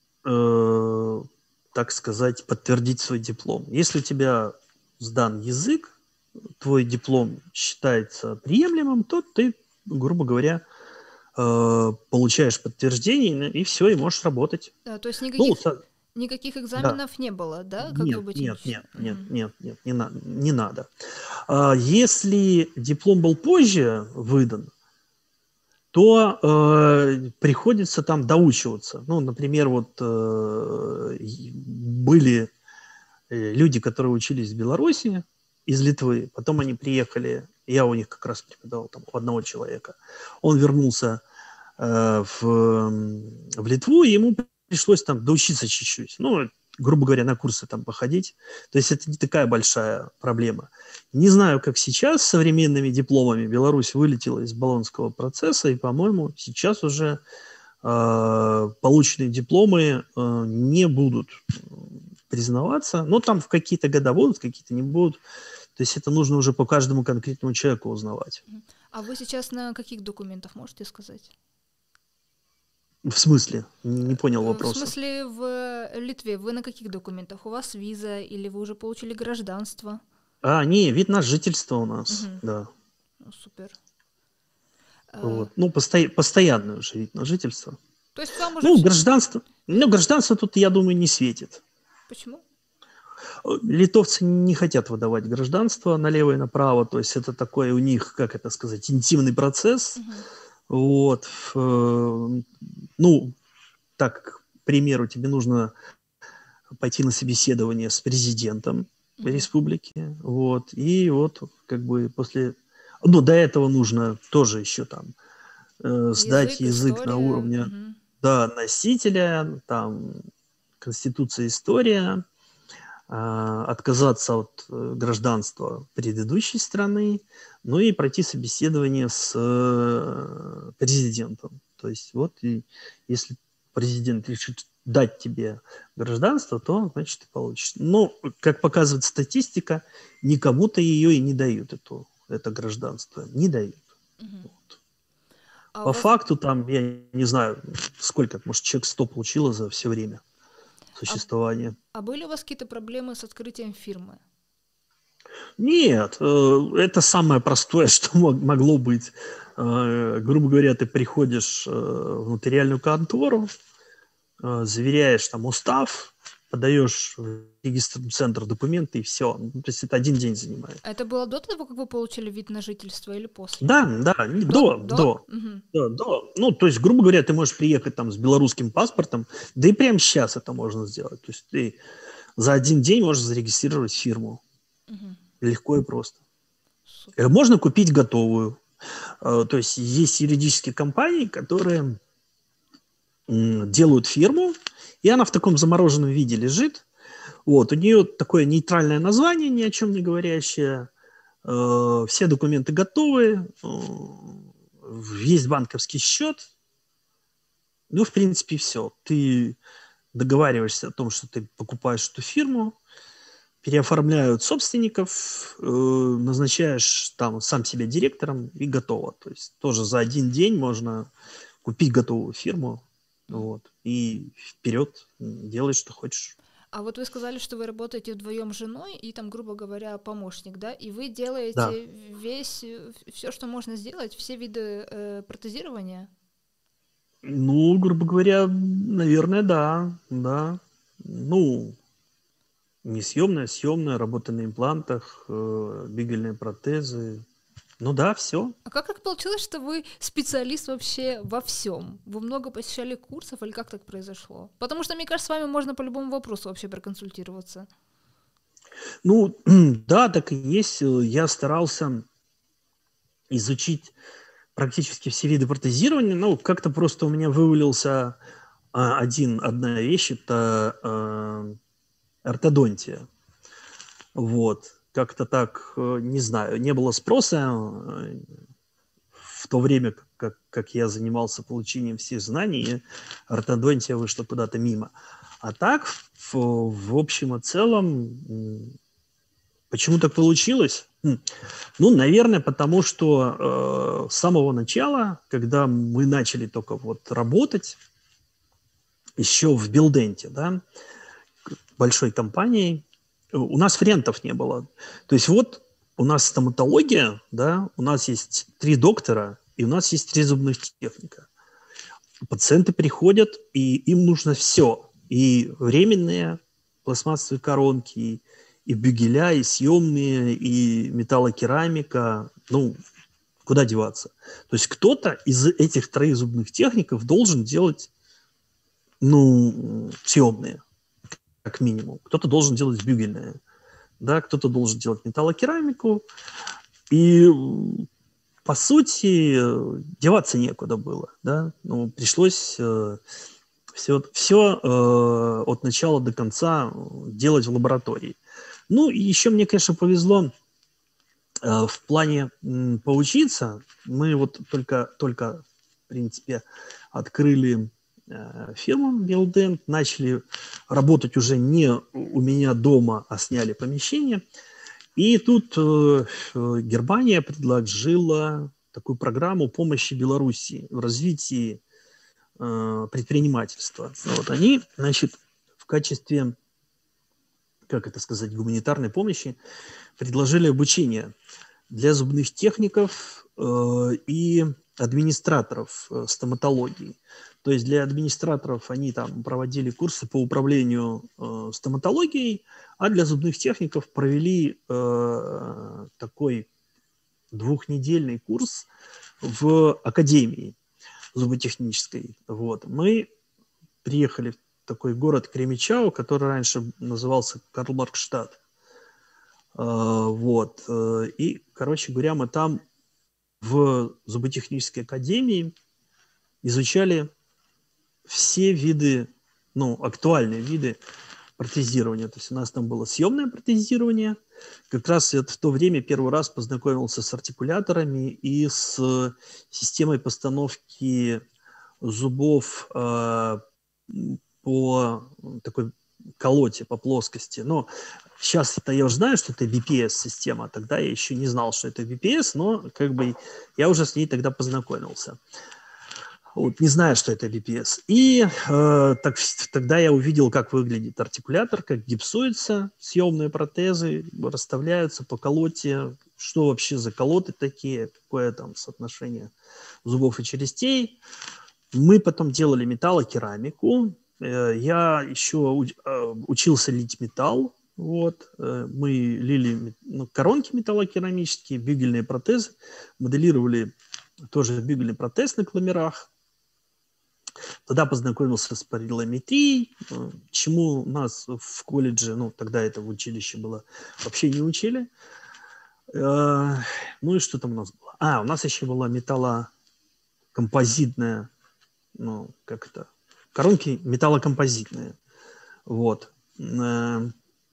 так сказать, подтвердить свой диплом. Если у тебя сдан язык, твой диплом считается приемлемым, то ты, грубо говоря, получаешь подтверждение, и все, и можешь работать. Да, то есть никаких, ну, никаких экзаменов да. не было, да? Как Нет, вы будете нет, учить? нет, нет, Мгм. нет, нет, не, на, не надо. А, если диплом был позже выдан, то э, приходится там доучиваться. Ну, например, вот э, были люди, которые учились в Беларуси из Литвы, потом они приехали, я у них как раз преподавал там у одного человека, он вернулся э, в, в Литву, и ему пришлось там доучиться чуть-чуть, ну, грубо говоря, на курсы там походить, то есть это не такая большая проблема. Не знаю, как сейчас с современными дипломами Беларусь вылетела из Болонского процесса, и, по-моему, сейчас уже э, полученные дипломы э, не будут признаваться, но там в какие-то года будут, какие-то не будут. То есть это нужно уже по каждому конкретному человеку узнавать. А вы сейчас на каких документах можете сказать? В смысле? Не, не понял вопроса. В смысле, в Литве вы на каких документах? У вас виза или вы уже получили гражданство? А, не, вид на жительство у нас, Угу. да. Ну, супер. Вот. Ну, посто... постоянный уже вид на жительство. То есть вам уже... Ну, гражданство, ну, гражданство тут, я думаю, не светит. Почему? Литовцы не хотят выдавать гражданство налево и направо, то есть это такой у них, как это сказать, интимный процесс. Угу. Вот. Ну, так, к примеру, тебе нужно пойти на собеседование с президентом mm-hmm. республики, вот, и вот, как бы, после... Ну, до этого нужно тоже еще там э, сдать язык, язык на уровне, mm-hmm. да, носителя, там, конституция, история, э, отказаться от э, гражданства предыдущей страны, ну и пройти собеседование с э, президентом. То есть вот, и если президент решит дать тебе гражданство, то, значит, ты получишь. Но, как показывает статистика, никому-то ее и не дают, эту, это гражданство. Не дают. Угу. Вот. А По вас... факту, там, я не знаю, сколько, может, человек сто получило за все время существования. А, а были у вас какие-то проблемы с открытием фирмы? Нет, это самое простое, что могло быть. Грубо говоря, ты приходишь в нотариальную контору, заверяешь там устав, подаешь в регистрационный центр документы, и все. Ну, то есть это один день занимает. А это было до того, как вы получили вид на жительство, или после? Да, да, до, до. до. до? Угу. Да, до. Ну, то есть, грубо говоря, ты можешь приехать там с белорусским паспортом, да и прямо сейчас это можно сделать. То есть ты за один день можешь зарегистрировать фирму. Угу. Легко и просто. Супер. Можно купить готовую. То есть есть юридические компании, которые делают фирму, и она в таком замороженном виде лежит. Вот, у нее такое нейтральное название, ни о чем не говорящее. Все документы готовы, есть банковский счет. Ну, в принципе, все. Ты договариваешься о том, что ты покупаешь эту фирму, переоформляют собственников, э, назначаешь там сам себя директором, и готово. То есть тоже за один день можно купить готовую фирму, вот, и вперед делай, что хочешь. А вот вы сказали, что вы работаете вдвоем с женой, и там, грубо говоря, помощник, да? И вы делаете да. весь, все, что можно сделать, все виды э, протезирования? Ну, грубо говоря, наверное, да, да. Ну... Несъемная, съемная, работа на имплантах, э, бигельные протезы. Ну да, все. А как так получилось, что вы специалист вообще во всем? Вы много посещали курсов или как так произошло? Потому что, мне кажется, с вами можно по любому вопросу вообще проконсультироваться. Ну, да, так и есть. Я старался изучить практически все виды протезирования. Ну, как-то просто у меня вывалился а, один, одна вещь, это... А, ортодонтия. Вот. Как-то так, не знаю, не было спроса. то время, как, как я занимался получением всех знаний, ортодонтия вышла куда-то мимо. А так, в, в общем и целом, почему так получилось? Ну, наверное, потому что э, с самого начала, когда мы начали только вот работать, еще в Билденте, да, большой компанией, у нас вариантов не было. То есть вот у нас стоматология, да, у нас есть три доктора, и у нас есть три зубных техника. Пациенты приходят, и им нужно все. И временные пластмассовые коронки, и бюгеля, и съемные, и металлокерамика. Ну, куда деваться? То есть кто-то из этих троих зубных техников должен делать, ну, съемные, как минимум. Кто-то должен делать бюгельные, да, кто-то должен делать металлокерамику. И, по сути, деваться некуда было, да. Ну, пришлось э, все, все э, от начала до конца делать в лаборатории. Ну, и еще мне, конечно, повезло э, в плане м, поучиться. Мы вот только, только, в принципе, открыли э, фирму Билдент, начали работать уже не у меня дома, а сняли помещение. И тут э, Германия предложила такую программу помощи Беларуси в развитии э, предпринимательства. Вот они, значит, в качестве, как это сказать, гуманитарной помощи предложили обучение для зубных техников э, и администраторов э, стоматологии. То есть для администраторов они там проводили курсы по управлению э, стоматологией, а для зубных техников провели э, такой двухнедельный курс в академии зуботехнической. Вот. Мы приехали в такой город Кремичау, который раньше назывался Карлмаркштадт. Вот. И, короче говоря, мы там в зуботехнической академии изучали все виды, ну, актуальные виды протезирования. То есть у нас там было съемное протезирование. Как раз я в то время первый раз познакомился с артикуляторами и с системой постановки зубов э, по такой колоте, по плоскости. Но сейчас это я уже знаю, что это би пи эс-система. Тогда я еще не знал, что это би пи эс, но как бы я уже с ней тогда познакомился. Вот, не знаю, что это би пи эс. И э, так, тогда я увидел, как выглядит артикулятор, как гипсуются съемные протезы, расставляются по колоте, что вообще за колоты такие, какое там соотношение зубов и челюстей. Мы потом делали металлокерамику. Э, я еще уч, э, учился лить металл. Вот. Э, мы лили ну, коронки металлокерамические, бюгельные протезы, моделировали тоже бюгельный протез на кламерах. Тогда познакомился с параллелометрией, чему нас в колледже, ну, тогда это в училище было, вообще не учили. Ну и что там у нас было? А, у нас еще была металлокомпозитная, ну, как это, коронки металлокомпозитные. Вот. Ну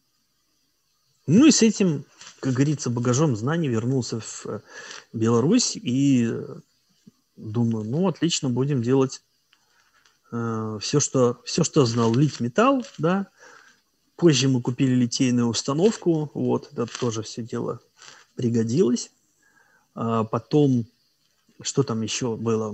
и с этим, как говорится, багажом знаний вернулся в Беларусь и думаю, ну, отлично, будем делать Все что, все, что знал, лить металл, да. Позже мы купили литейную установку, вот, это тоже все дело пригодилось. А потом, что там еще было?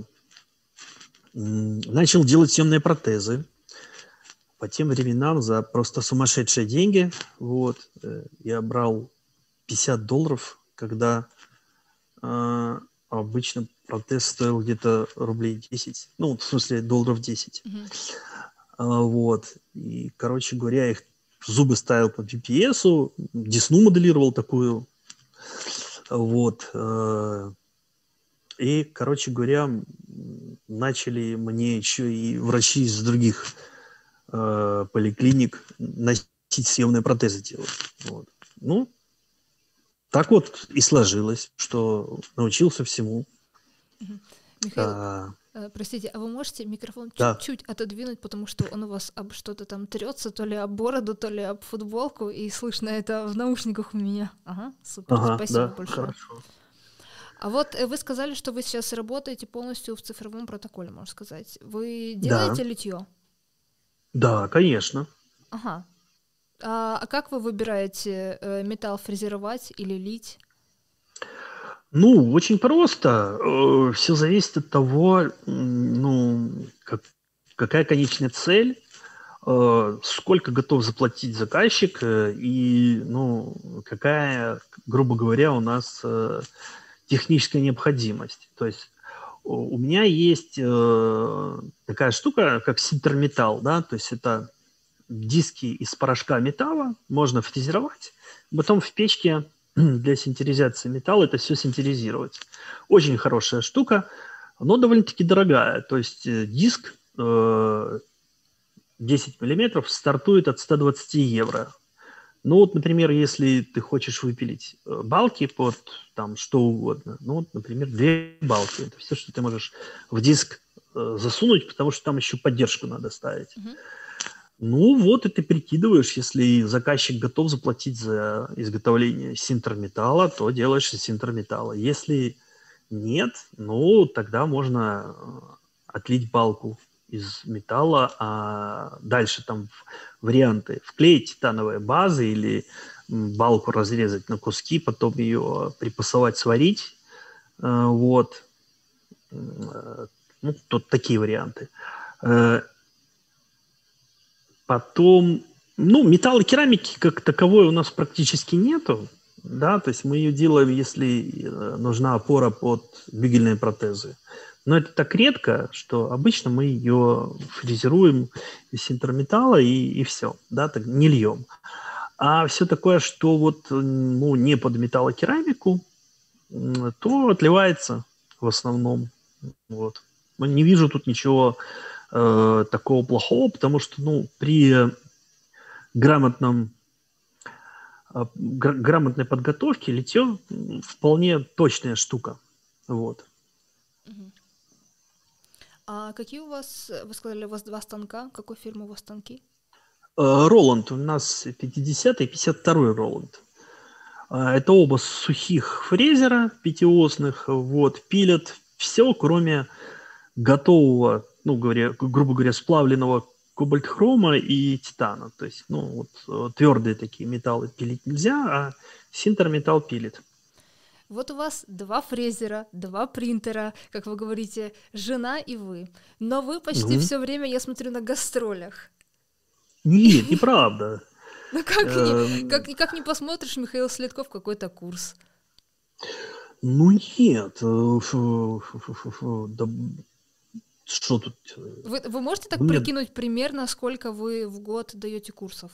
Начал делать съемные протезы. По тем временам за просто сумасшедшие деньги, вот, я брал пятьдесят долларов, когда а, обычно протез стоил где-то рублей десять. Ну, в смысле, долларов десять. Mm-hmm. А, вот. И, короче говоря, их зубы ставил по би пи эс-у, десну моделировал такую. Вот. И, короче говоря, начали мне еще и врачи из других э, поликлиник носить съемные протезы делать. Вот. Ну, так вот и сложилось, что научился всему. Михаил, а, простите, а вы можете микрофон да. чуть-чуть отодвинуть, потому что он у вас об что-то там трется, то ли об бороду, то ли об футболку, и слышно это в наушниках у меня. Ага, супер, ага, спасибо да, большое. Хорошо. А вот э, вы сказали, что вы сейчас работаете полностью в цифровом протоколе, можно сказать. Вы Да, делаете литье? да, конечно. Ага. А, а как вы выбираете э, металл фрезеровать или лить? Ну, очень просто. Все зависит от того, м, ну, как- какая конечная цель, э, сколько готов заплатить заказчик э, и, ну, какая, грубо говоря, у нас э, техническая необходимость. То есть у у меня есть э, такая штука, как синтерметалл, да, то есть это диски из порошка металла, можно фрезеровать, потом в печке для синтеризации металла это все синтеризировать. Очень хорошая штука, но довольно-таки дорогая. То есть э, диск э, десять миллиметров стартует от ста двадцати евро. Ну вот, например, если ты хочешь выпилить э, балки под там что угодно, ну вот, например, две балки, это все, что ты можешь в диск э, засунуть, потому что там еще поддержку надо ставить. Мгм. Ну вот, и ты прикидываешь, если заказчик готов заплатить за изготовление синтерметалла, то делаешь из синтерметалла. Если нет, ну тогда можно э, отлить балку из металла, а дальше там варианты: вклеить титановые базы или м, балку разрезать на куски, потом ее припасовать, сварить. Э, Вот. Э, Ну, тут такие варианты. Э, Потом, ну, металлокерамики как таковой у нас практически нету, да, то есть мы ее делаем, если э, нужна опора под бюгельные протезы. Но это так редко, что обычно мы ее фрезеруем из синтерметалла и, и все, да, так не льем. А все такое, что вот, ну, не под металлокерамику, м, то отливается в основном. Вот. Но не вижу тут ничего э, такого плохого, потому что, ну, при грамотном, э, гра- грамотной подготовке литье м, вполне точная штука. Вот. Мгм. А какие у вас, э, вы сказали, у вас два станка? Какой фирмы у вас станки? Э, Роланд, у нас пятидесятый и пятьдесят второй Роланд. А, Это оба сухих фрезера пятиосных, вот, пилят все, кроме готового, ну, говоря, грубо говоря, сплавленного кобальт-хрома и титана. То есть, ну, вот э, твердые такие металлы пилить нельзя, а синтерметалл пилит. Вот у вас два фрезера, два принтера, как вы говорите, жена и вы. Но вы почти Мгм. все время, я смотрю, на гастролях. Нет, неправда. Ну как ни, Эм, как, ни- как ни посмотришь, Михаил Следков какой-то курс. Ну нет, э, фу, фу, фу, фу, фу, да что тут? э, Вы, вы можете так Вы мне, прикинуть примерно, сколько вы в год даете курсов?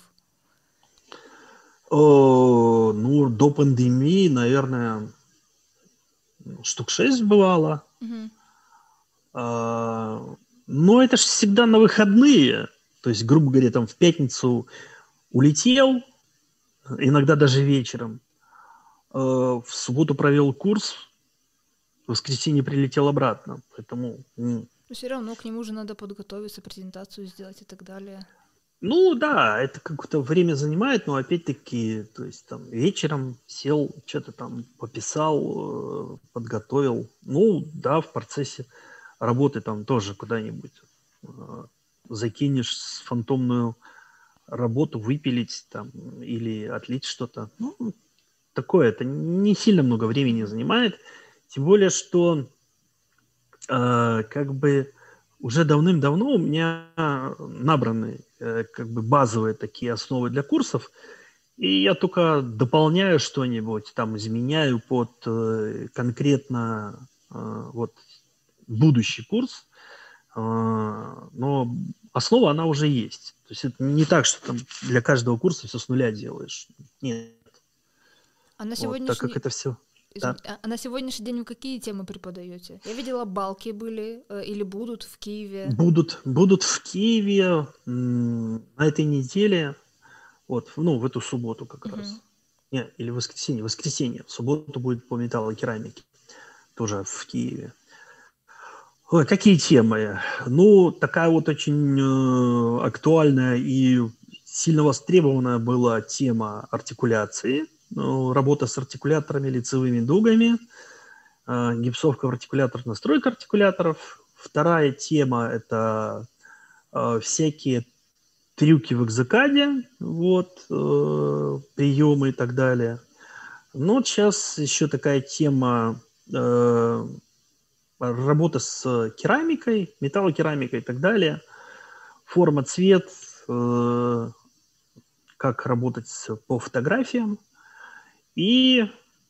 э, ну, до пандемии, наверное, штук шесть бывало. Мгм. А, Но это же всегда на выходные. То есть, грубо говоря, там в пятницу улетел, иногда даже вечером. э, В субботу провел курс, в воскресенье прилетел обратно. Поэтому, м, Но все равно к нему же надо подготовиться, презентацию сделать и так далее. ну да, это какое-то время занимает, но опять-таки, то есть там вечером сел, что-то там пописал, э, подготовил. Ну да, в процессе работы там тоже куда-нибудь э, закинешь с фантомную работу, выпилить там или отлить что-то. Ну, такое, это не сильно много времени Мгм. занимает. Тем более, что э, как бы уже давным-давно у меня набраны э, как бы базовые такие основы для курсов, и я только дополняю что-нибудь, там изменяю под э, конкретно э, вот будущий курс, э, но основа она уже есть. То есть это не так, что там для каждого курса все с нуля делаешь. Нет. А на Вот, так как сегодняшний, это все... извини- Да. а а на сегодняшний день вы какие темы преподаете? Я видела, балки были э, или будут в Киеве. Будут, будут в Киеве м, на этой неделе, вот, ну, в эту субботу как Мгм. раз. Не, или воскресенье. Воскресенье. В субботу будет по металлокерамике. Тоже в Киеве. Ой, какие темы? Ну, такая вот очень э, актуальная и сильно востребованная была тема артикуляции. Ну, работа с артикуляторами, лицевыми дугами. э, гипсовка в артикуляторах, настройка артикуляторов. Вторая тема – это э, всякие трюки в экзекаде, вот, э, приемы и так далее. Но вот сейчас еще такая тема э, работа с керамикой, металлокерамикой и так далее. Форма, цвет, э, как работать с, по фотографиям. И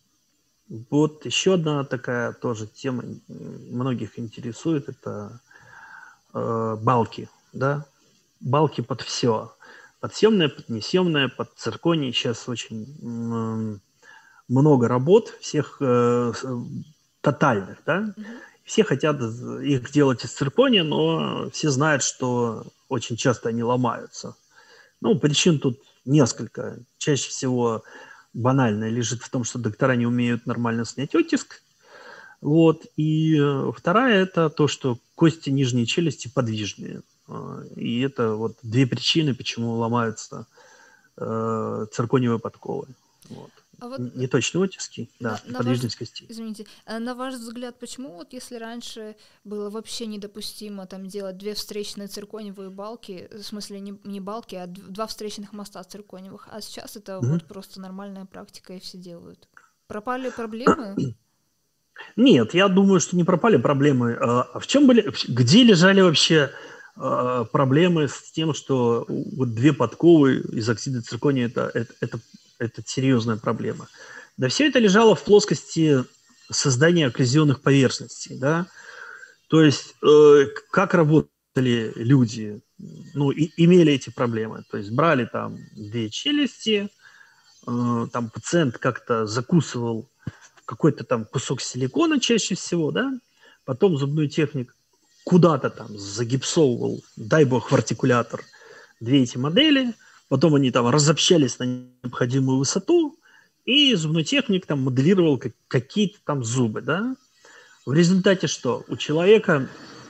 вот еще одна такая тоже тема многих интересует, это э, балки, да, балки под все, под съемное, под несъемное, под цирконий. Сейчас очень э, много работ, всех э, тотальных, да, Мгм. все хотят их делать из циркония, но все знают, что очень часто они ломаются. Ну, причин тут несколько. Чаще всего банальное лежит в том, что доктора не умеют нормально снять оттиск. Вот. И э, вторая – это то, что кости нижней челюсти подвижные. Э, И это вот две причины, почему ломаются э, циркониевые подковы. Вот. А вот Н- Неточные оттиски, да, на, и на ваш, подвижность костей. извините, а на ваш взгляд, почему вот если раньше было вообще недопустимо там делать две встречные циркониевые балки, в смысле не, не балки, а д- два встречных моста циркониевых, а сейчас это Мгм. вот просто нормальная практика и все делают? Пропали проблемы? Нет, я думаю, что не пропали проблемы. А а в чем были, в- где лежали вообще а, проблемы с тем, что вот две подковы из оксида циркония это, это, это, это серьезная проблема? Да все это лежало в плоскости создания окклюзионных поверхностей, да? То есть э, к- как работали люди, ну, и, имели эти проблемы. То есть брали там две челюсти, э, там пациент как-то закусывал какой-то там кусок силикона чаще всего, да, потом зубной техник куда-то там загипсовывал, дай бог, в артикулятор две эти модели, потом они там разобщались на необходимую высоту, и зубной техник там моделировал как- какие-то там зубы, да. В результате что? У человека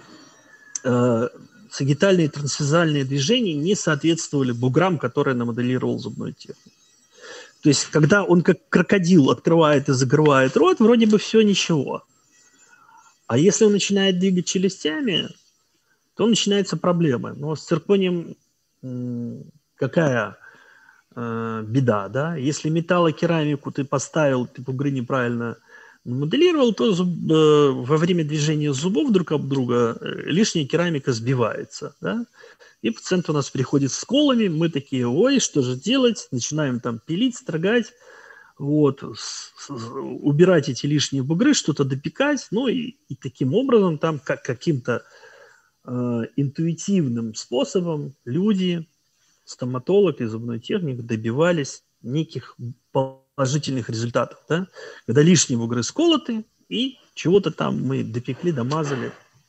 э, сагитальные и трансверзальные движения не соответствовали буграм, которые намоделировал зубной техник. То есть, когда он как крокодил открывает и закрывает рот, вроде бы все ничего. А если он начинает двигать челюстями, то начинаются проблемы. Но с цирконием м, какая э, беда, да? Если металлокерамику ты поставил, ты бугры неправильно моделировал, то зуб, э, во время движения зубов друг об друга э, лишняя керамика сбивается, да? И пациент у нас приходит с колами, мы такие, ой, что же делать? Начинаем там пилить, строгать, вот, с- с- убирать эти лишние бугры, что-то допекать, ну и, и таким образом там как, каким-то э, интуитивным способом люди, стоматолог и зубной техник добивались неких положительных результатов, да? Когда лишние бугры сколоты и чего-то там мы допекли, домазали,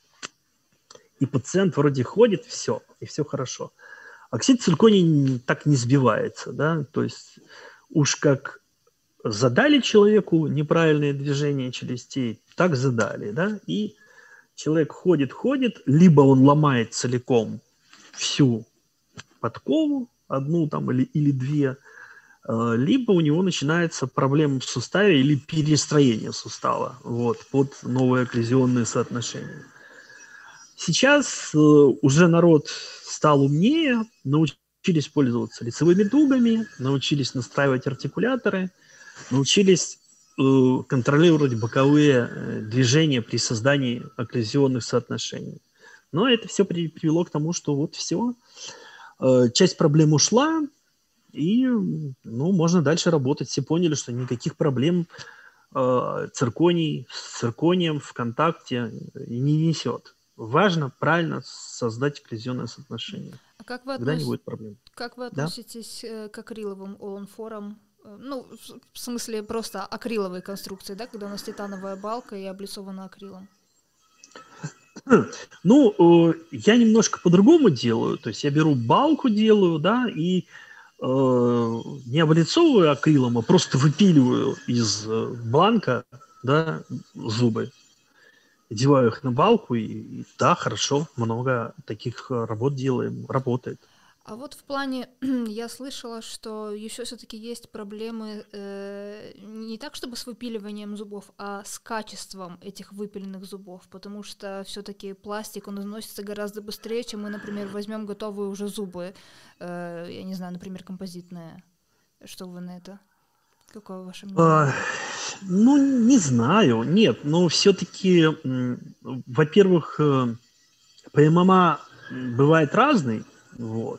и пациент вроде ходит, все, и все хорошо. Оксид циркония так не сбивается, да, то есть уж как задали человеку неправильные движения челюстей, так задали, да, и человек ходит, ходит, либо он ломает целиком всю подкову, одну там или, или две, э, либо у него начинается проблема в суставе или перестроение сустава, вот, под новые окклюзионные соотношения. Сейчас э, уже народ стал умнее, научились пользоваться лицевыми дугами, научились настраивать артикуляторы, научились э, контролировать боковые э, движения при создании окклюзионных соотношений. Но это все при, привело к тому, что вот все, э, часть проблем ушла, и ну, можно дальше работать. Все поняли, что никаких проблем э, цирконий с цирконием в контакте не несет. Важно правильно создать окклюзионное соотношение. А как вы, Тогда не относ... будет проблем. как вы Да? относитесь э, к акриловым олонфорам? Э, Ну, в в смысле просто акриловые конструкции, да, когда у нас титановая балка и облицована акрилом? Ну, э, я немножко по-другому делаю. То есть я беру балку, делаю, да, и э, не облицовываю акрилом, а просто выпиливаю из э, бланка, да, зубы. Одеваю их на балку, и, и да, хорошо, много таких э, работ делаем, работает. А вот в плане, я слышала, что еще все-таки есть проблемы э, не так, чтобы с выпиливанием зубов, а с качеством этих выпиленных зубов, потому что все-таки пластик, он износится гораздо быстрее, чем мы, например, возьмем готовые уже зубы, э, я не знаю, например, композитные. Что вы на это? Какое ваше мнение? А, ну, не знаю, нет, но все-таки, во-первых, ПММА бывает разный, вот.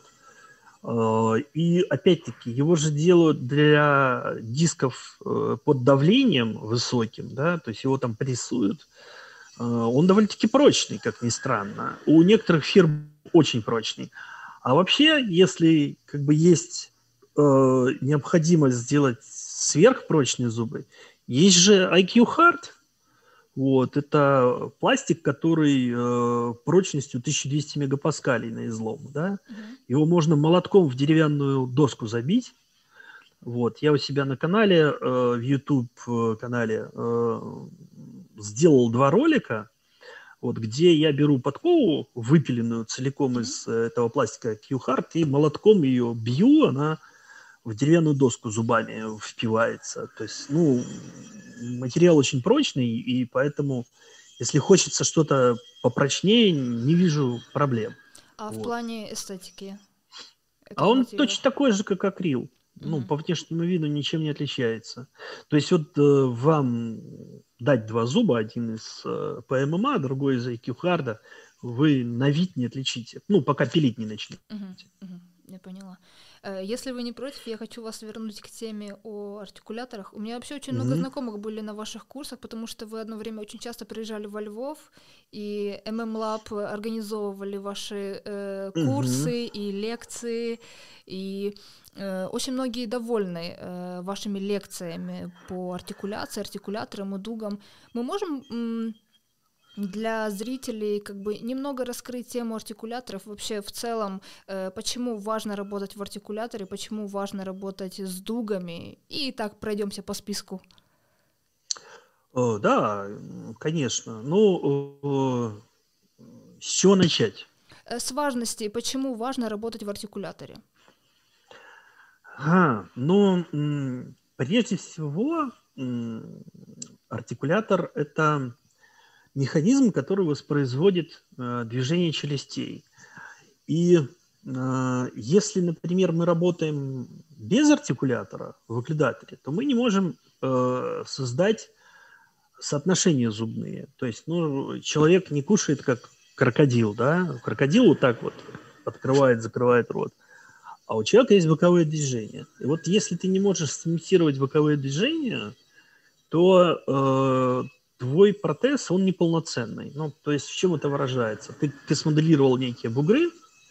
И опять-таки его же делают для дисков под давлением высоким, да, то есть его там прессуют. Он довольно-таки прочный, как ни странно. У некоторых фирм очень прочный. А вообще, если как бы есть э, необходимость сделать сверхпрочные зубы, есть же ай кью Hard. Вот, это пластик, который э, прочностью тысяча двести мегапаскалей на излом, да? Uh-huh. Его можно молотком в деревянную доску забить. Вот, я у себя на канале, э, в YouTube канале э, сделал два ролика, вот, где я беру подкову, выпиленную целиком uh-huh. из этого пластика ай кью Hard, и молотком ее бью, она в деревянную доску зубами впивается. То есть, ну, материал очень прочный, и поэтому, если хочется что-то попрочнее, не вижу проблем. А вот. В плане эстетики? А он материала? Точно такой же, как акрил. Mm-hmm. Ну, по внешнему виду ничем не отличается. То есть, вот э, вам дать два зуба, один из э, ПММА, другой из ай кью Hard, вы на вид не отличите. Ну, пока пилить не начнете. Mm-hmm. Mm-hmm. Я поняла. Если вы не против, я хочу вас вернуть к теме о артикуляторах. У меня вообще очень mm-hmm. много знакомых были на ваших курсах, потому что вы одно время очень часто приезжали во Львов, и эм эм Lab организовывали ваши э, курсы mm-hmm. и лекции, и э, очень многие довольны э, вашими лекциями по артикуляции, артикуляторам и дугам. Мы можем... М- для зрителей как бы немного раскрыть тему артикуляторов, вообще в целом, э, почему важно работать в артикуляторе, почему важно работать с дугами, и так пройдемся по списку. О, да, конечно. Ну, с чего начать? С важности, почему важно работать в артикуляторе? А, ну, прежде всего, артикулятор – это механизм, который воспроизводит э, движение челюстей. И э, если, например, мы работаем без артикулятора в окклюдаторе, то мы не можем э, создать соотношения зубные. То есть, ну, человек не кушает, как крокодил, да? Крокодил вот так вот открывает, закрывает рот. А у человека есть боковые движения. И вот если ты не можешь сымитировать боковые движения, то э, твой протез, он неполноценный. Ну, то есть в чем это выражается? Ты, ты смоделировал некие бугры,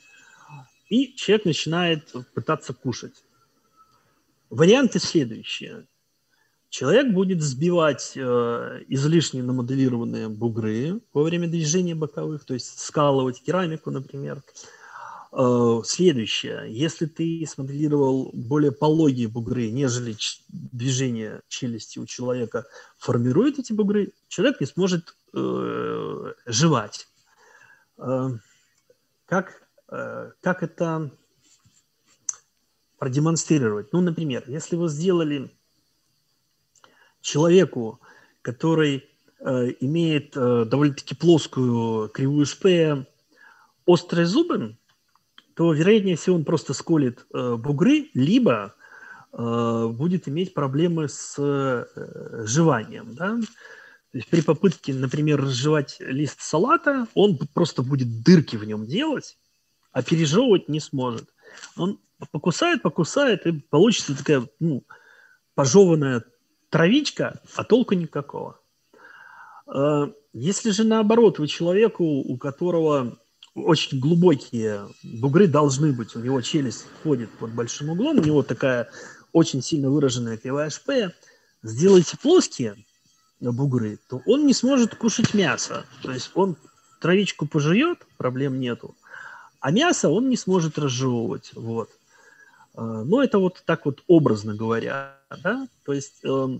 и человек начинает пытаться кушать. Варианты следующие. Человек будет сбивать э, излишне намоделированные бугры во время движения боковых, то есть скалывать керамику, например. Э, следующее. Если ты смоделировал более пологие бугры, нежели ч- движение челюсти у человека формирует эти бугры, человек не сможет э, жевать. Э, как, э, как это продемонстрировать? Ну, например, если вы сделали человеку, который э, имеет э, довольно-таки плоскую кривую шпея, острые зубы, то, вероятнее всего, он просто сколит э, бугры, либо э, будет иметь проблемы с э, жеванием. Да? То есть при попытке, например, разжевать лист салата, он просто будет дырки в нем делать, а пережевывать не сможет. Он покусает, покусает, и получится такая, ну, пожеванная травичка, а толку никакого. Если же наоборот, вы человеку, у которого очень глубокие бугры должны быть, у него челюсть входит под большим углом, у него такая очень сильно выраженная кривая шпея, сделайте плоские бугры, то он не сможет кушать мясо. То есть он травичку пожует, проблем нету, а мясо он не сможет разжевывать. Вот. Но это вот так вот образно говоря. Да? То есть э,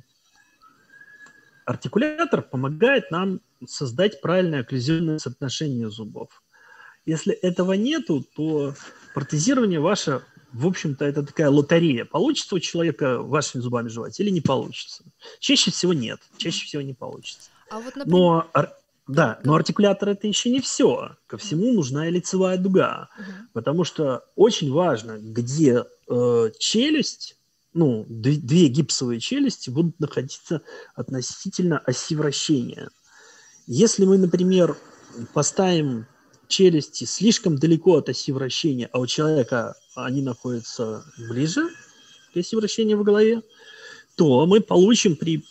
артикулятор помогает нам создать правильное окклюзионное соотношение зубов. Если этого нету, то протезирование ваше, в общем-то, это такая лотерея. Получится у человека вашими зубами жевать или не получится? Чаще всего нет, чаще всего не получится. А вот, например... Но, да, но артикулятор – это еще не все. Ко всему нужна и лицевая дуга. Uh-huh. Потому что очень важно, где э, челюсть, ну, д- две гипсовые челюсти будут находиться относительно оси вращения. Если мы, например, поставим челюсти слишком далеко от оси вращения, а у человека они находятся ближе к оси вращения в голове, то мы получим при...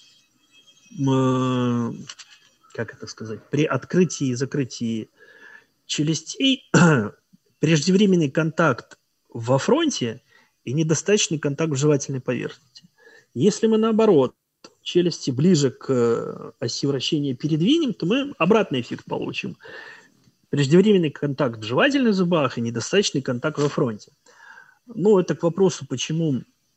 Э, как это сказать, при открытии и закрытии челюстей преждевременный контакт во фронте и недостаточный контакт в жевательной поверхности. Если мы, наоборот, челюсти ближе к оси вращения передвинем, то мы обратный эффект получим. Преждевременный контакт в жевательных зубах и недостаточный контакт во фронте. Ну, это к вопросу, почему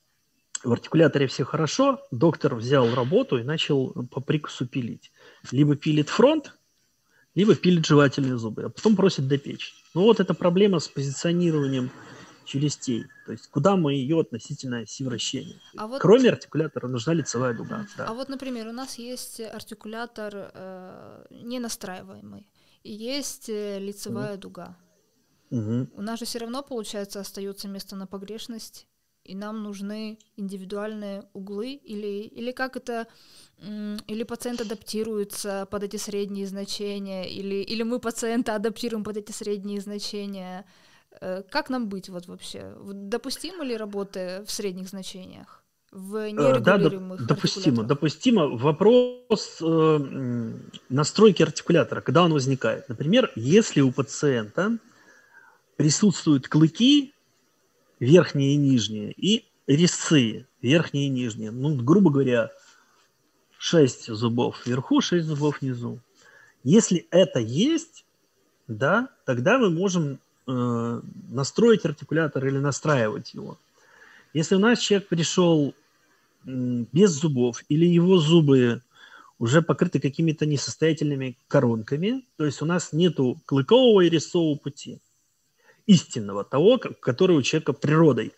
в артикуляторе все хорошо, доктор взял работу и начал по прикусу пилить. Либо пилит фронт, либо пилит жевательные зубы, а потом просит допечь. Ну вот эта проблема с позиционированием челюстей. То есть куда мы ее относительно оси вращения. А вот... Кроме артикулятора нужна лицевая дуга. Да. А вот, например, у нас есть артикулятор э, ненастраиваемый, и есть лицевая mm-hmm. дуга. Mm-hmm. У нас же все равно, получается, остается место на погрешность, и нам нужны индивидуальные углы, или, или как это, или пациент адаптируется под эти средние значения, или, или мы пациента адаптируем под эти средние значения. Как нам быть вот вообще? Допустимо ли работы в средних значениях? В нерегулируемых да, допустимо, допустимо. Вопрос э, настройки артикулятора, когда он возникает. Например, если у пациента присутствуют клыки, верхние и нижние, и резцы, верхние и нижние. Ну, грубо говоря, шесть зубов вверху, шесть зубов внизу. Если это есть, да, тогда мы можем э, настроить артикулятор или настраивать его. Если у нас человек пришел э, без зубов, или его зубы уже покрыты какими-то несостоятельными коронками, то есть у нас нету клыкового и резцового пути, истинного, того, который у человека природой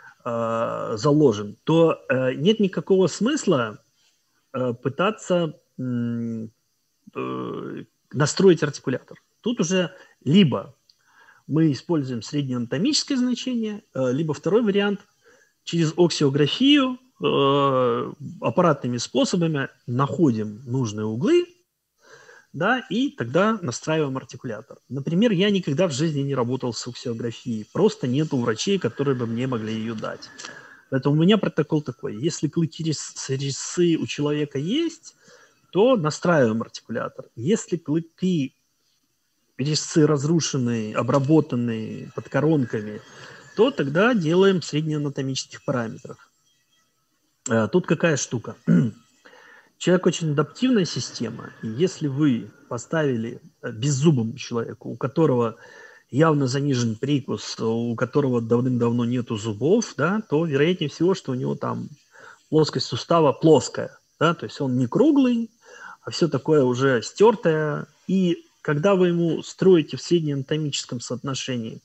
э, заложен, то э, нет никакого смысла э, пытаться э, э, настроить артикулятор. Тут уже либо мы используем среднеанатомическое значение, э, либо второй вариант через оксиографию э, аппаратными способами находим нужные углы, да, и тогда настраиваем артикулятор. Например, я никогда в жизни не работал с оксиографией. Просто нету врачей, которые бы мне могли ее дать. Поэтому у меня протокол такой. Если клыки резцы у человека есть, то настраиваем артикулятор. Если клыки резцы разрушенные, обработанные под коронками, то тогда делаем в среднеанатомических параметрах. Тут какая штука? Человек очень адаптивная система, и если вы поставили беззубому человеку, у которого явно занижен прикус, у которого давным-давно нету зубов, да, то вероятнее всего, что у него там плоскость сустава плоская, да, то есть он не круглый, а все такое уже стертое, и когда вы ему строите в среднеанатомическом соотношении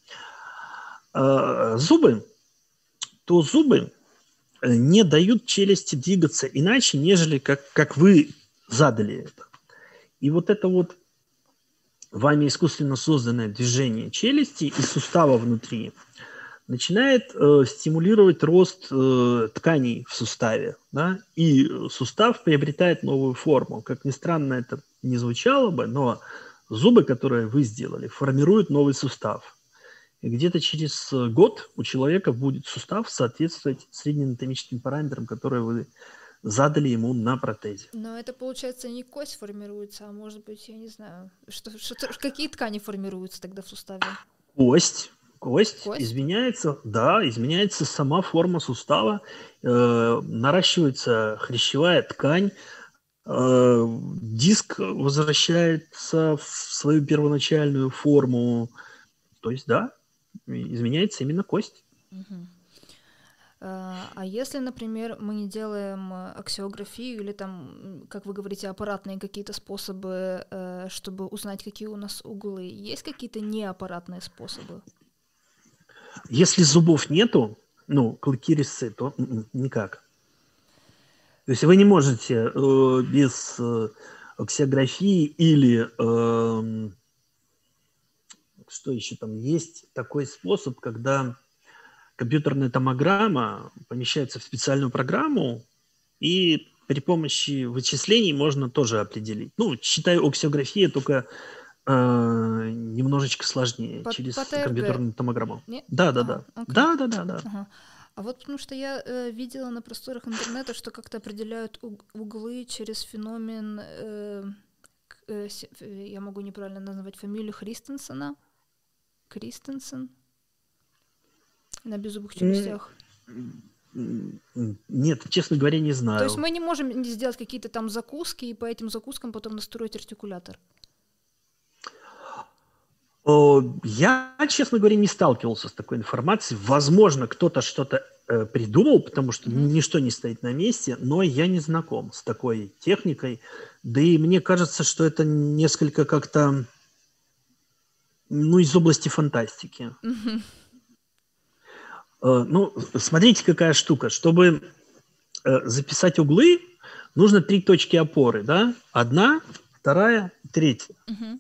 э, зубы, то зубы не дают челюсти двигаться иначе, нежели как, как вы задали это. И вот это вот вами искусственно созданное движение челюсти и сустава внутри начинает э, стимулировать рост э, тканей в суставе, да? И сустав приобретает новую форму. Как ни странно это не звучало бы, но зубы, которые вы сделали, формируют новый сустав. И где-то через год у человека будет сустав соответствовать среднеанатомическим параметрам, которые вы задали ему на протезе. Но это, получается, не кость формируется, а может быть, я не знаю, что, что, какие ткани формируются тогда в суставе? Кость. Кость, кость? изменяется, да, изменяется сама форма сустава, э, наращивается хрящевая ткань, э, диск возвращается в свою первоначальную форму, то есть, да, изменяется именно кость. Угу. А если, например, мы не делаем аксиографию или там, как вы говорите, аппаратные какие-то способы, чтобы узнать, какие у нас углы, есть какие-то неаппаратные способы? Если зубов нету, ну, клыки, резцы, то м-м, никак. То есть вы не можете э, без э, аксиографии или э, что еще там есть такой способ, когда компьютерная томограмма помещается в специальную программу, и при помощи вычислений можно тоже определить. Ну, считаю, аксиография только э, немножечко сложнее По, через по ТРГ. компьютерную томограмму. Нет? Да, да, Ага, да. окей. Да, да, да, да. Ага. А вот потому что я э, видела на просторах интернета, что как-то определяют уг- углы через феномен, э, к- э, с- э, я могу неправильно назвать фамилию, Христенсена. Кристенсен на беззубых челюстях. Нет, честно говоря, не знаю. То есть мы не можем сделать какие-то там закуски и по этим закускам потом настроить артикулятор. Я, честно говоря, не сталкивался с такой информацией. Возможно, кто-то что-то э, придумал, потому что mm-hmm. ничто не стоит на месте, но я не знаком с такой техникой. Да и мне кажется, что это несколько как-то, ну, из области фантастики. Mm-hmm. Э, ну, смотрите, какая штука. Чтобы э, записать углы, нужно три точки опоры, да? Одна, вторая, третья. Mm-hmm.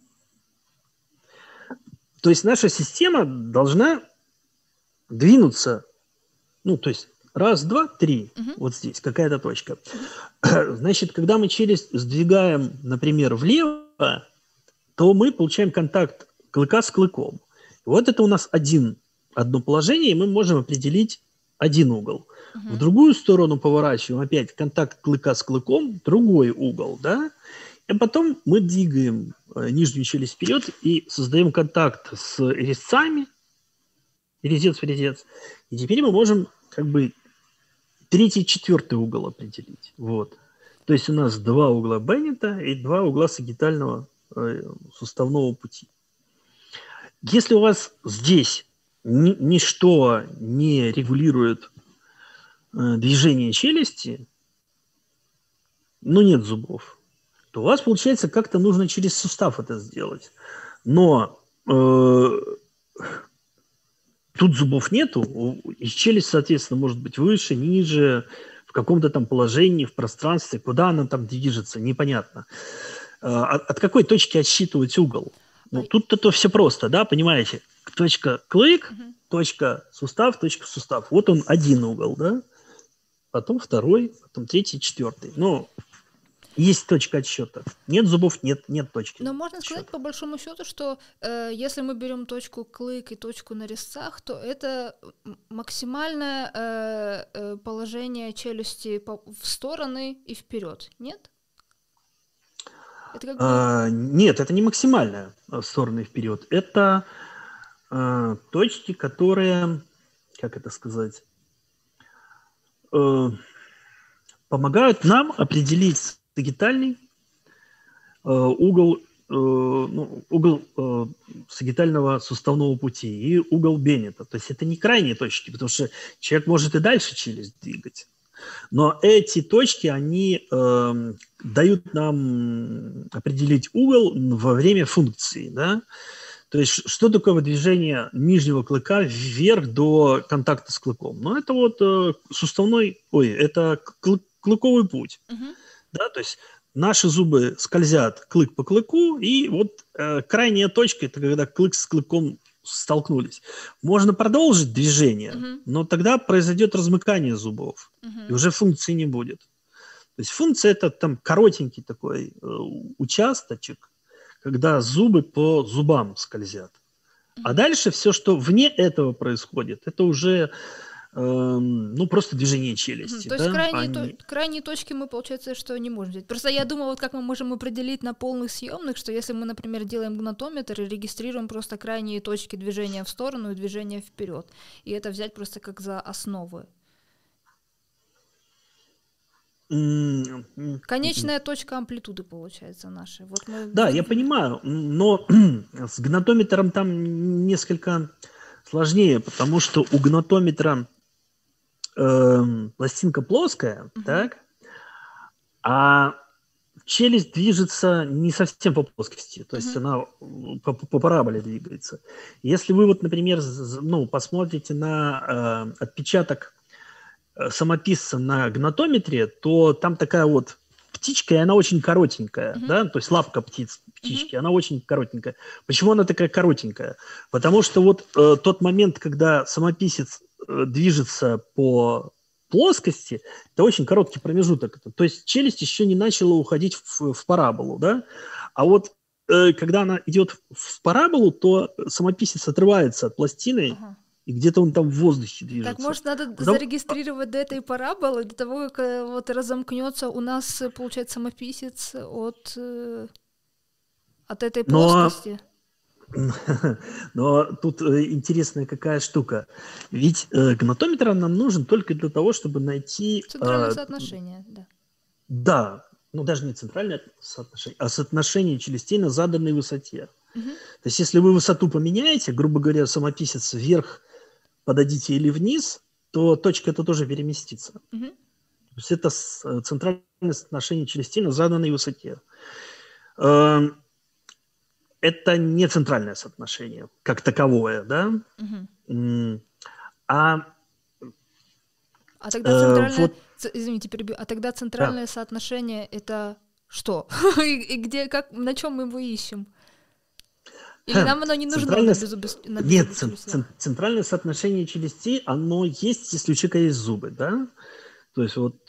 То есть наша система должна двинуться, ну, то есть раз, два, три, uh-huh. вот здесь какая-то точка. Uh-huh. Значит, когда мы челюсть сдвигаем, например, влево, то мы получаем контакт клыка с клыком. Вот это у нас один, одно положение, и мы можем определить один угол. Uh-huh. В другую сторону поворачиваем, опять контакт клыка с клыком, другой угол, да? И потом мы двигаем нижнюю челюсть вперед и создаем контакт с резцами, резец в резец. И теперь мы можем как бы третий, четвертый угол определить. Вот. То есть у нас два угла Беннета и два угла сагитального э, суставного пути. Если у вас здесь ни, ничто не регулирует э, движение челюсти, но нет зубов, то у вас, получается, как-то нужно через сустав это сделать. Но э, тут зубов нету, и челюсть, соответственно, может быть выше, ниже, в каком-то там положении, в пространстве, куда она там движется, непонятно. Э, от, от какой точки отсчитывать угол? Ну, тут-то то все просто, да, понимаете? Точка клык, угу. точка сустав, точка сустав. Вот он один угол, да? Потом второй, потом третий, четвертый. Ну, есть точка отсчета. Нет зубов, нет, нет точки. Но можно отсчета. сказать по большому счету, что э, если мы берем точку клык и точку на резцах, то это максимальное э, э, положение челюсти по, в стороны и вперед. Нет? Это как бы... а, нет, это не максимальная в стороны и вперед. Это а, точки, которые, как это сказать, э, помогают нам определить сагитальный э, угол, э, ну, угол э, сагитального суставного пути и угол Беннета. То есть это не крайние точки, потому что человек может и дальше челюсть двигать. Но эти точки, они э, дают нам определить угол во время функции. Да? То есть что такое движение нижнего клыка вверх до контакта с клыком? Ну, это вот э, суставной, ой, это клы- клыковый путь. Uh-huh. Да, то есть наши зубы скользят клык по клыку, и вот э, крайняя точка – это когда клык с клыком столкнулись. Можно продолжить движение, uh-huh. но тогда произойдет размыкание зубов, uh-huh. и уже функции не будет. То есть функция – это там коротенький такой э, участочек, когда зубы по зубам скользят. Uh-huh. А дальше все, что вне этого происходит, это уже... ну, просто движение челюсти. То да? есть крайние, Они... то, крайние точки мы, получается, что не можем взять. Просто я думала, вот как мы можем определить на полных съемных, что если мы, например, делаем гнатометр и регистрируем просто крайние точки движения в сторону и движения вперед, и это взять просто как за основу. Mm-hmm. Конечная точка амплитуды, получается, наша. Вот мы... Да, я понимаю, но с гнатометром там несколько сложнее, потому что у гнатометра э, пластинка плоская, uh-huh. так, а челюсть движется не совсем по плоскости, то есть Мгм. она по, по параболе двигается. Если вы вот, например, ну, посмотрите на э, отпечаток самописца на гнатометре, то там такая вот птичка, и она очень коротенькая, Мгм. да, то есть лапка птиц, птички, она очень коротенькая. Почему она такая коротенькая? Потому что вот э, тот момент, когда самописец э, движется по плоскости, это очень короткий промежуток. То есть челюсть еще не начала уходить в, в параболу, да, а вот э, когда она идет в параболу, то самописец отрывается от пластины, Ага. и где-то он там в воздухе движется. Так, может, надо Потому- зарегистрировать до этой параболы, до того, как э, вот разомкнется у нас, э, получается, самописец от, э, от этой Но- плоскости. Но тут э, интересная какая штука. Ведь э, гнатометр нам нужен только для того, чтобы найти... Центральное э, соотношение, да. Да, ну даже не центральное соотношение, а соотношение челюстей на заданной высоте. Мгм. То есть если вы высоту поменяете, грубо говоря, самописец вверх подадите или вниз, то точка это тоже переместится. Мгм. То есть это с- э, центральное соотношение челюстей на заданной высоте. Эм, Это не центральное соотношение, как таковое, да? Мгм. М, А А тогда Э, центральное... вот- ц- Извините, перебью. А тогда центральное соотношение это что? и, и где, как, на чем мы его ищем? Или Хм, нам оно не нужно центральное на, с- беззубост- на нет, беззубых цен- челюстях? цен- центральное соотношение челюстей, оно есть, если у человека есть зубы, да? То есть вот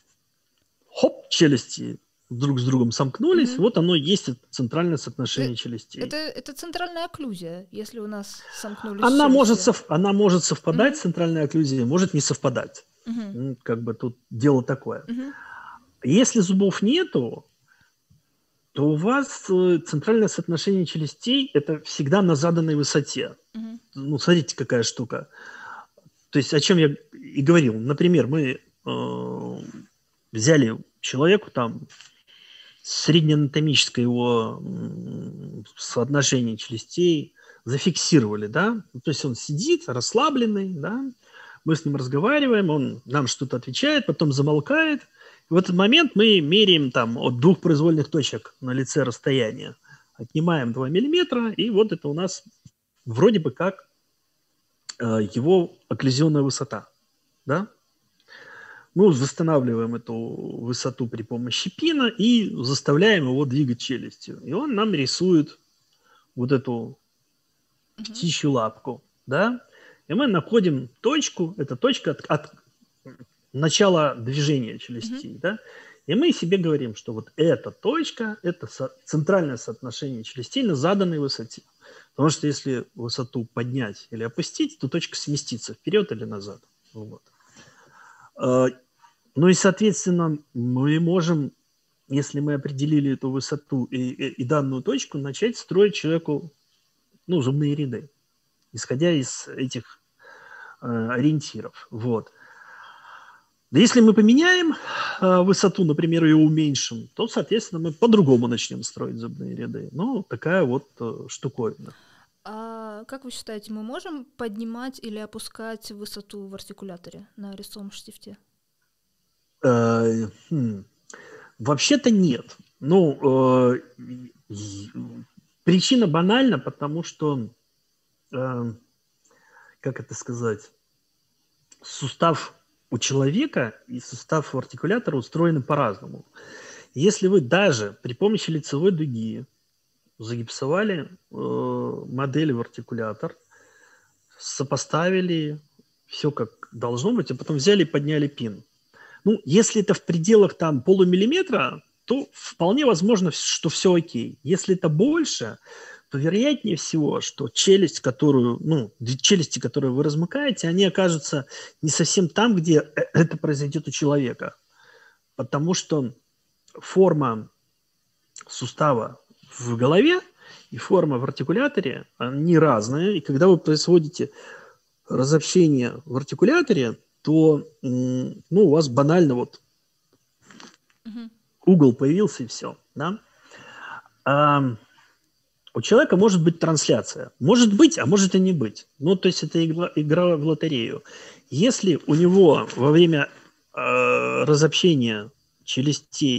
хоп, челюсти друг с другом сомкнулись, Мгм. вот оно есть это центральное соотношение челюстей. Это, это центральная окклюзия, если у нас сомкнулись Она челюсти. может, сов- она может совпадать, Мгм. центральная окклюзия, может не совпадать. Мгм. Ну, как бы тут дело такое. Мгм. Если зубов нету, то у вас э, центральное соотношение челюстей это всегда на заданной высоте. Мгм. Ну, смотрите, какая штука. То есть, о чем я и говорил. Например, мы э, взяли человеку там среднеанатомическое его м, соотношение челюстей, зафиксировали, да. Ну, то есть он сидит расслабленный, да. Мы с ним разговариваем, он нам что-то отвечает, потом замолкает. И в этот момент мы меряем там от двух произвольных точек на лице расстояние. Отнимаем два миллиметра, и вот это у нас вроде бы как э, его окклюзионная высота. Да? Мы восстанавливаем эту высоту при помощи пина и заставляем его двигать челюстью. И он нам рисует вот эту Мгм. птичью лапку. Да? И мы находим точку, это точка от, от начала движения челюстей. Да? И мы себе говорим, что вот эта точка – это со- центральное соотношение челюстей на заданной высоте. Потому что если высоту поднять или опустить, то точка сместится вперед или назад. Вот. Э, Ну и, соответственно, мы можем, если мы определили эту высоту и, и- и данную точку, начать строить человеку ну, зубные ряды, исходя из этих э, ориентиров. Вот. Да если мы поменяем э, высоту, например, ее уменьшим, то, соответственно, мы по-другому начнем строить зубные ряды. Ну, такая вот э, штуковина. А как вы считаете, мы можем поднимать или опускать высоту в артикуляторе на рисовом штифте? Э, хм. Вообще-то нет. Ну, э, и- причина банальна, потому что, э, как это сказать, сустав у человека и сустав у артикулятора устроены по-разному. Если вы даже при помощи лицевой дуги загипсовали э, модель в артикулятор, сопоставили все как должно быть, а потом взяли и подняли пин. Ну, если это в пределах там полумиллиметра, то вполне возможно, что все окей. Если это больше, то вероятнее всего, что челюсть, которую, ну, две челюсти, которые вы размыкаете, они окажутся не совсем там, где это произойдет у человека. Потому что форма сустава в голове и форма в артикуляторе, они разные. И когда вы производите разобщение в артикуляторе, то м, ну, у вас банально вот Мгм. угол появился и все. Да? А у человека может быть трансляция. Может быть, а может и не быть. Ну, то есть это игра, игра в лотерею. Если у него во время э, разобщения челюстей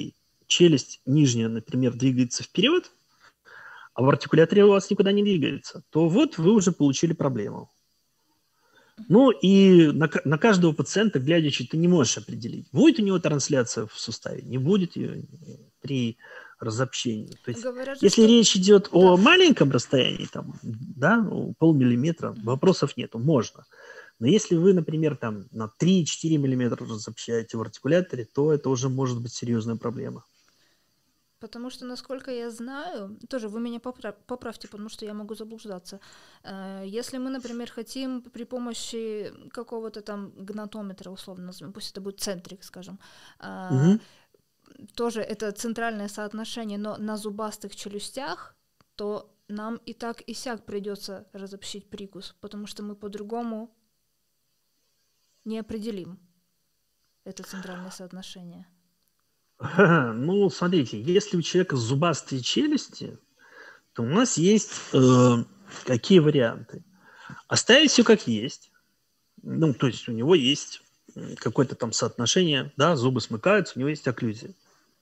челюсть нижняя, например, двигается вперед, а в артикуляторе у вас никуда не двигается, то вот вы уже получили проблему. Ну и на, на каждого пациента, глядячи, ты не можешь определить, будет у него трансляция в суставе, не будет ее при разобщении. То есть, Говорят, если что... речь идет да. о маленьком расстоянии, там, да, полмиллиметра, mm-hmm. вопросов нету, можно. Но если вы, например, там, на три-четыре миллиметра разобщаете в артикуляторе, то это уже может быть серьезная проблема. Потому что, насколько я знаю, тоже вы меня поправ, поправьте, потому что я могу заблуждаться. Если мы, например, хотим при помощи какого-то там гнатометра, условно назовем, пусть это будет центрик, скажем, угу. тоже это центральное соотношение, но на зубастых челюстях, то нам и так и сяк придется разобщить прикус, потому что мы по-другому не определим это центральное соотношение. Ну, смотрите, если у человека зубастые челюсти, то у нас есть э, какие варианты? Оставить все как есть. Ну, то есть у него есть какое-то там соотношение, да, зубы смыкаются, у него есть окклюзия.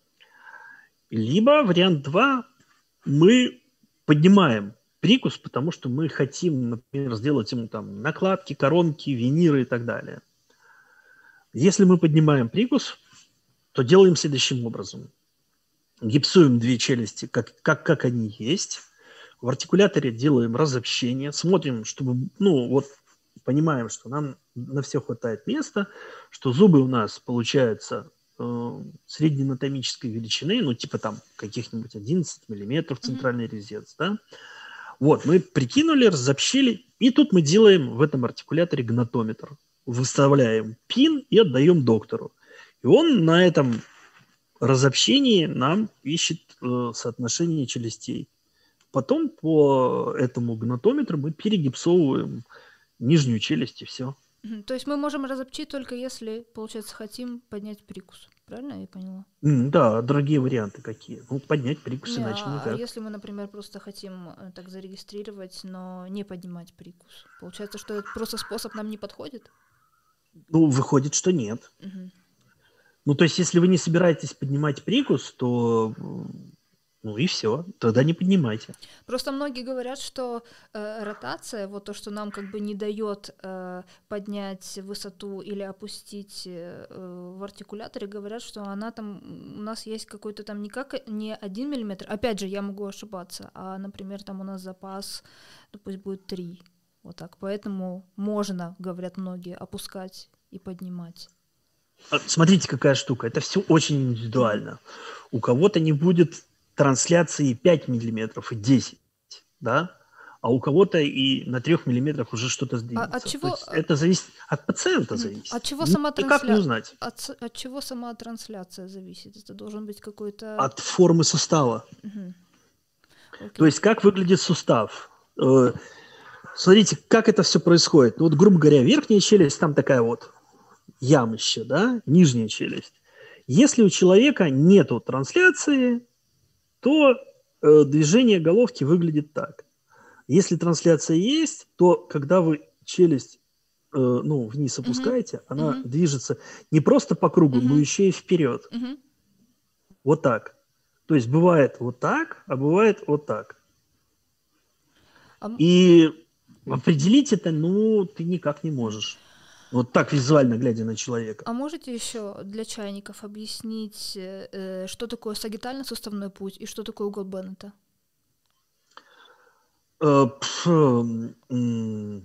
Либо вариант два, мы поднимаем прикус, потому что мы хотим, например, сделать ему там накладки, коронки, виниры и так далее. Если мы поднимаем прикус, то делаем следующим образом. Гипсуем две челюсти, как, как, как они есть. В артикуляторе делаем разобщение, смотрим, чтобы, ну, вот, понимаем, что нам на все хватает места, что зубы у нас получаются э, среднеанатомической величины, ну, типа там каких-нибудь одиннадцать миллиметров центральный mm-hmm. резец, да. Вот, мы прикинули, разобщили, и тут мы делаем в этом артикуляторе гнатометр. Выставляем пин и отдаем доктору. И он на этом разобщении нам ищет э, соотношение челюстей. Потом по этому гнатометру мы перегипсовываем нижнюю челюсть и все. То есть мы можем разобщить только если, получается, хотим поднять прикус. Правильно я поняла? Mm, да, другие варианты какие? Ну, поднять прикус не, иначе никак. А если мы, например, просто хотим так зарегистрировать, но не поднимать прикус? Получается, что этот просто способ нам не подходит? Ну, выходит, что нет. Угу. Ну, то есть, если вы не собираетесь поднимать прикус, то, ну и все, тогда не поднимайте. Просто многие говорят, что э, ротация, вот то, что нам как бы не дает э, поднять высоту или опустить э, в артикуляторе, говорят, что она там, у нас есть какой-то там не как не один миллиметр, опять же, я могу ошибаться, а, например, там у нас запас, ну, пусть будет три, вот так, поэтому можно, говорят многие, опускать и поднимать. Смотрите, какая штука. Это все очень индивидуально. У кого-то не будет трансляции пять миллиметров и десять, да? А у кого-то и на трех миллиметрах уже что-то сдвинется. А от чего... Это зависит от пациента. Зависит. От чего сама трансля... Как не узнать? От, от чего сама трансляция зависит? Это должен быть какой-то... От формы сустава. Угу. То есть как выглядит сустав? Смотрите, как это все происходит. Ну, вот, грубо говоря, верхняя челюсть, там такая вот ямище, да, нижняя челюсть. Если у человека нету трансляции, то э, движение головки выглядит так. Если трансляция есть, то когда вы челюсть э, ну, вниз опускаете, uh-huh. она uh-huh. движется не просто по кругу, uh-huh. но еще и вперед. Uh-huh. Вот так. То есть бывает вот так, а бывает вот так. Um... И определить это, ну, ты никак не можешь. Вот так визуально глядя на человека. А можете еще для чайников объяснить, э, что такое сагитально-суставной путь и что такое угол Беннета? Э, пф, м-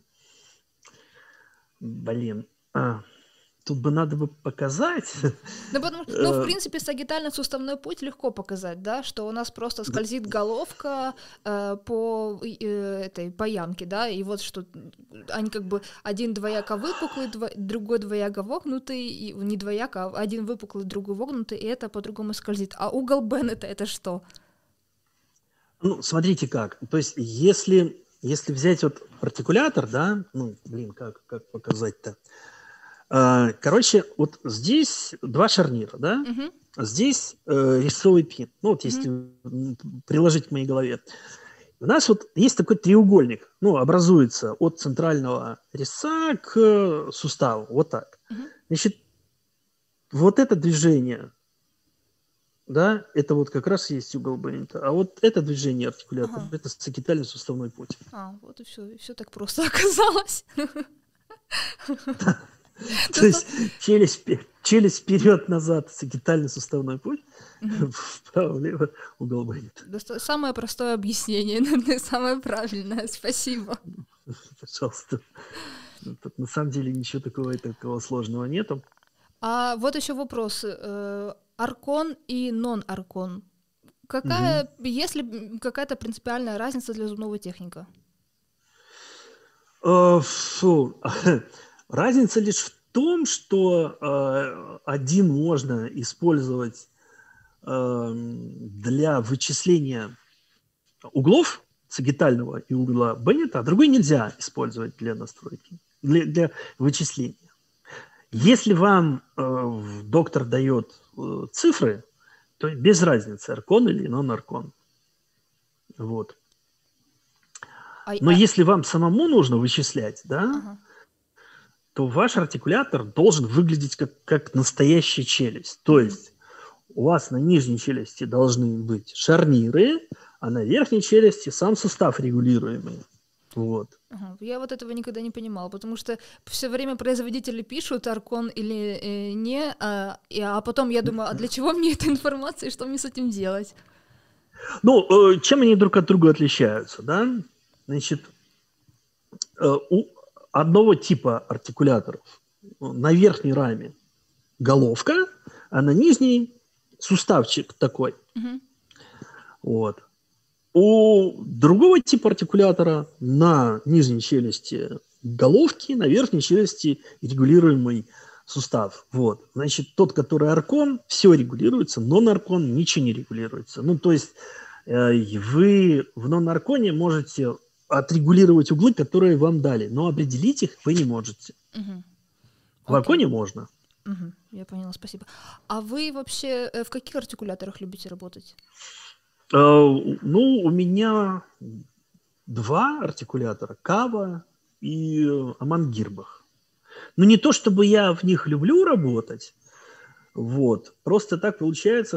блин, а, тут бы надо бы показать. Ну, потому, ну, в принципе, сагитально-суставной путь легко показать, да, что у нас просто скользит головка э, по э, этой по ямке, да, и вот что они как бы один двояко выпуклый, дво, другой двояко вогнутый, и не двояко, а один выпуклый, другой вогнутый, и это по-другому скользит. А угол Беннета это что? Ну, смотрите как. То есть, если, если взять вот артикулятор, да, ну, блин, как, как показать-то? Короче, вот здесь два шарнира, да? Uh-huh. Здесь э, резцовый пин. Ну, вот если uh-huh. приложить к моей голове. У нас вот есть такой треугольник, ну, образуется от центрального резца к суставу. Вот так. Uh-huh. Значит, вот это движение да, это вот как раз и есть угол Беннета. А вот это движение артикулятора, Ага. это сагитально-суставной путь. А, вот и все, и все так просто оказалось. То есть челюсть, челюсть вперед-назад, сагитально-суставной путь, вправо-влево угол Беннета. Самое простое объяснение, наверное, самое правильное. Спасибо. Пожалуйста. Тут на самом деле ничего такого, такого сложного нету. А вот еще вопрос. Аркон и нон-аркон. Какая, угу. Есть ли какая-то принципиальная разница для зубного техника? Uh, фу. Разница лишь в том, что uh, один можно использовать uh, для вычисления углов сагитального и угла Беннета, а другой нельзя использовать для настройки, для, для вычисления. Если вам uh, доктор дает uh, цифры, то без разницы, аркон или нон-аркон. Вот. Но а... если вам самому нужно вычислять, да, ага. то ваш артикулятор должен выглядеть как, как настоящая челюсть. То есть у вас на нижней челюсти должны быть шарниры, а на верхней челюсти сам сустав регулируемый. Вот. Ага. Я вот этого никогда не понимала, потому что все время производители пишут аркон или э, не, а, и, а потом я думаю, а для чего мне эта информация и что мне с этим делать? Ну, э, чем они друг от друга отличаются, да? Значит, э, у одного типа артикуляторов на верхней раме головка, а на нижней суставчик такой. Угу. Вот. У другого типа артикулятора на нижней челюсти головки, на верхней челюсти регулируемый сустав. Вот. Значит, тот, который аркон, все регулируется, нон-аркон ничего не регулируется. Ну, то есть э, вы в нон-арконе можете отрегулировать углы, которые вам дали, но определить их вы не можете. Угу. В арконе можно. Угу. Я поняла, спасибо. А вы вообще в каких артикуляторах любите работать? Uh, ну, у меня два артикулятора, Кава и Амангирбах. Ну, не то, чтобы я в них люблю работать, вот. Просто так получается,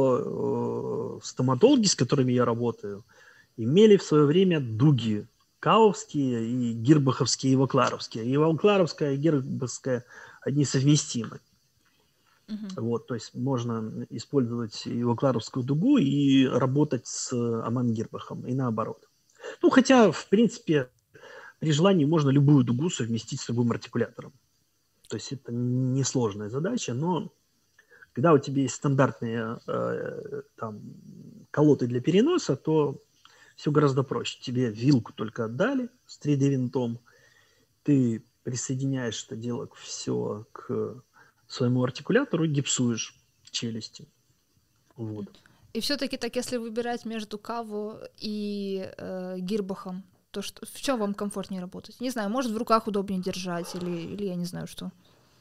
что э, стоматологи, с которыми я работаю, имели в свое время дуги кавовские и гирбаховские, и вакларовские. И вакларовская, и гирбаховская одни совместимы. Uh-huh. Вот, то есть можно использовать и вакларовскую дугу и работать с Амангирбахом, и наоборот. Ну, хотя, в принципе, при желании можно любую дугу совместить с любым артикулятором. То есть это несложная задача, но когда у тебя есть стандартные э, там, колоты для переноса, то все гораздо проще. Тебе вилку только отдали с три дэ винтом, ты присоединяешь это дело все к своему артикулятору и гипсуешь челюсти. Вот. И все-таки так, если выбирать между Каву и э, Гирбахом, то что, в чем вам комфортнее работать? Не знаю, может в руках удобнее держать или, или я не знаю что.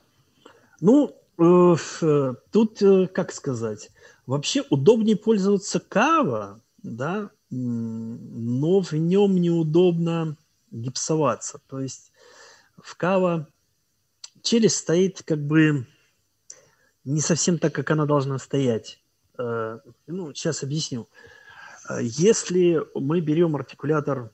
Ну, э, тут, э, как сказать, вообще удобнее пользоваться Кава, да, но в нем неудобно гипсоваться. То есть в Кава челюсть стоит как бы не совсем так, как она должна стоять. Ну, сейчас объясню. Если мы берем артикулятор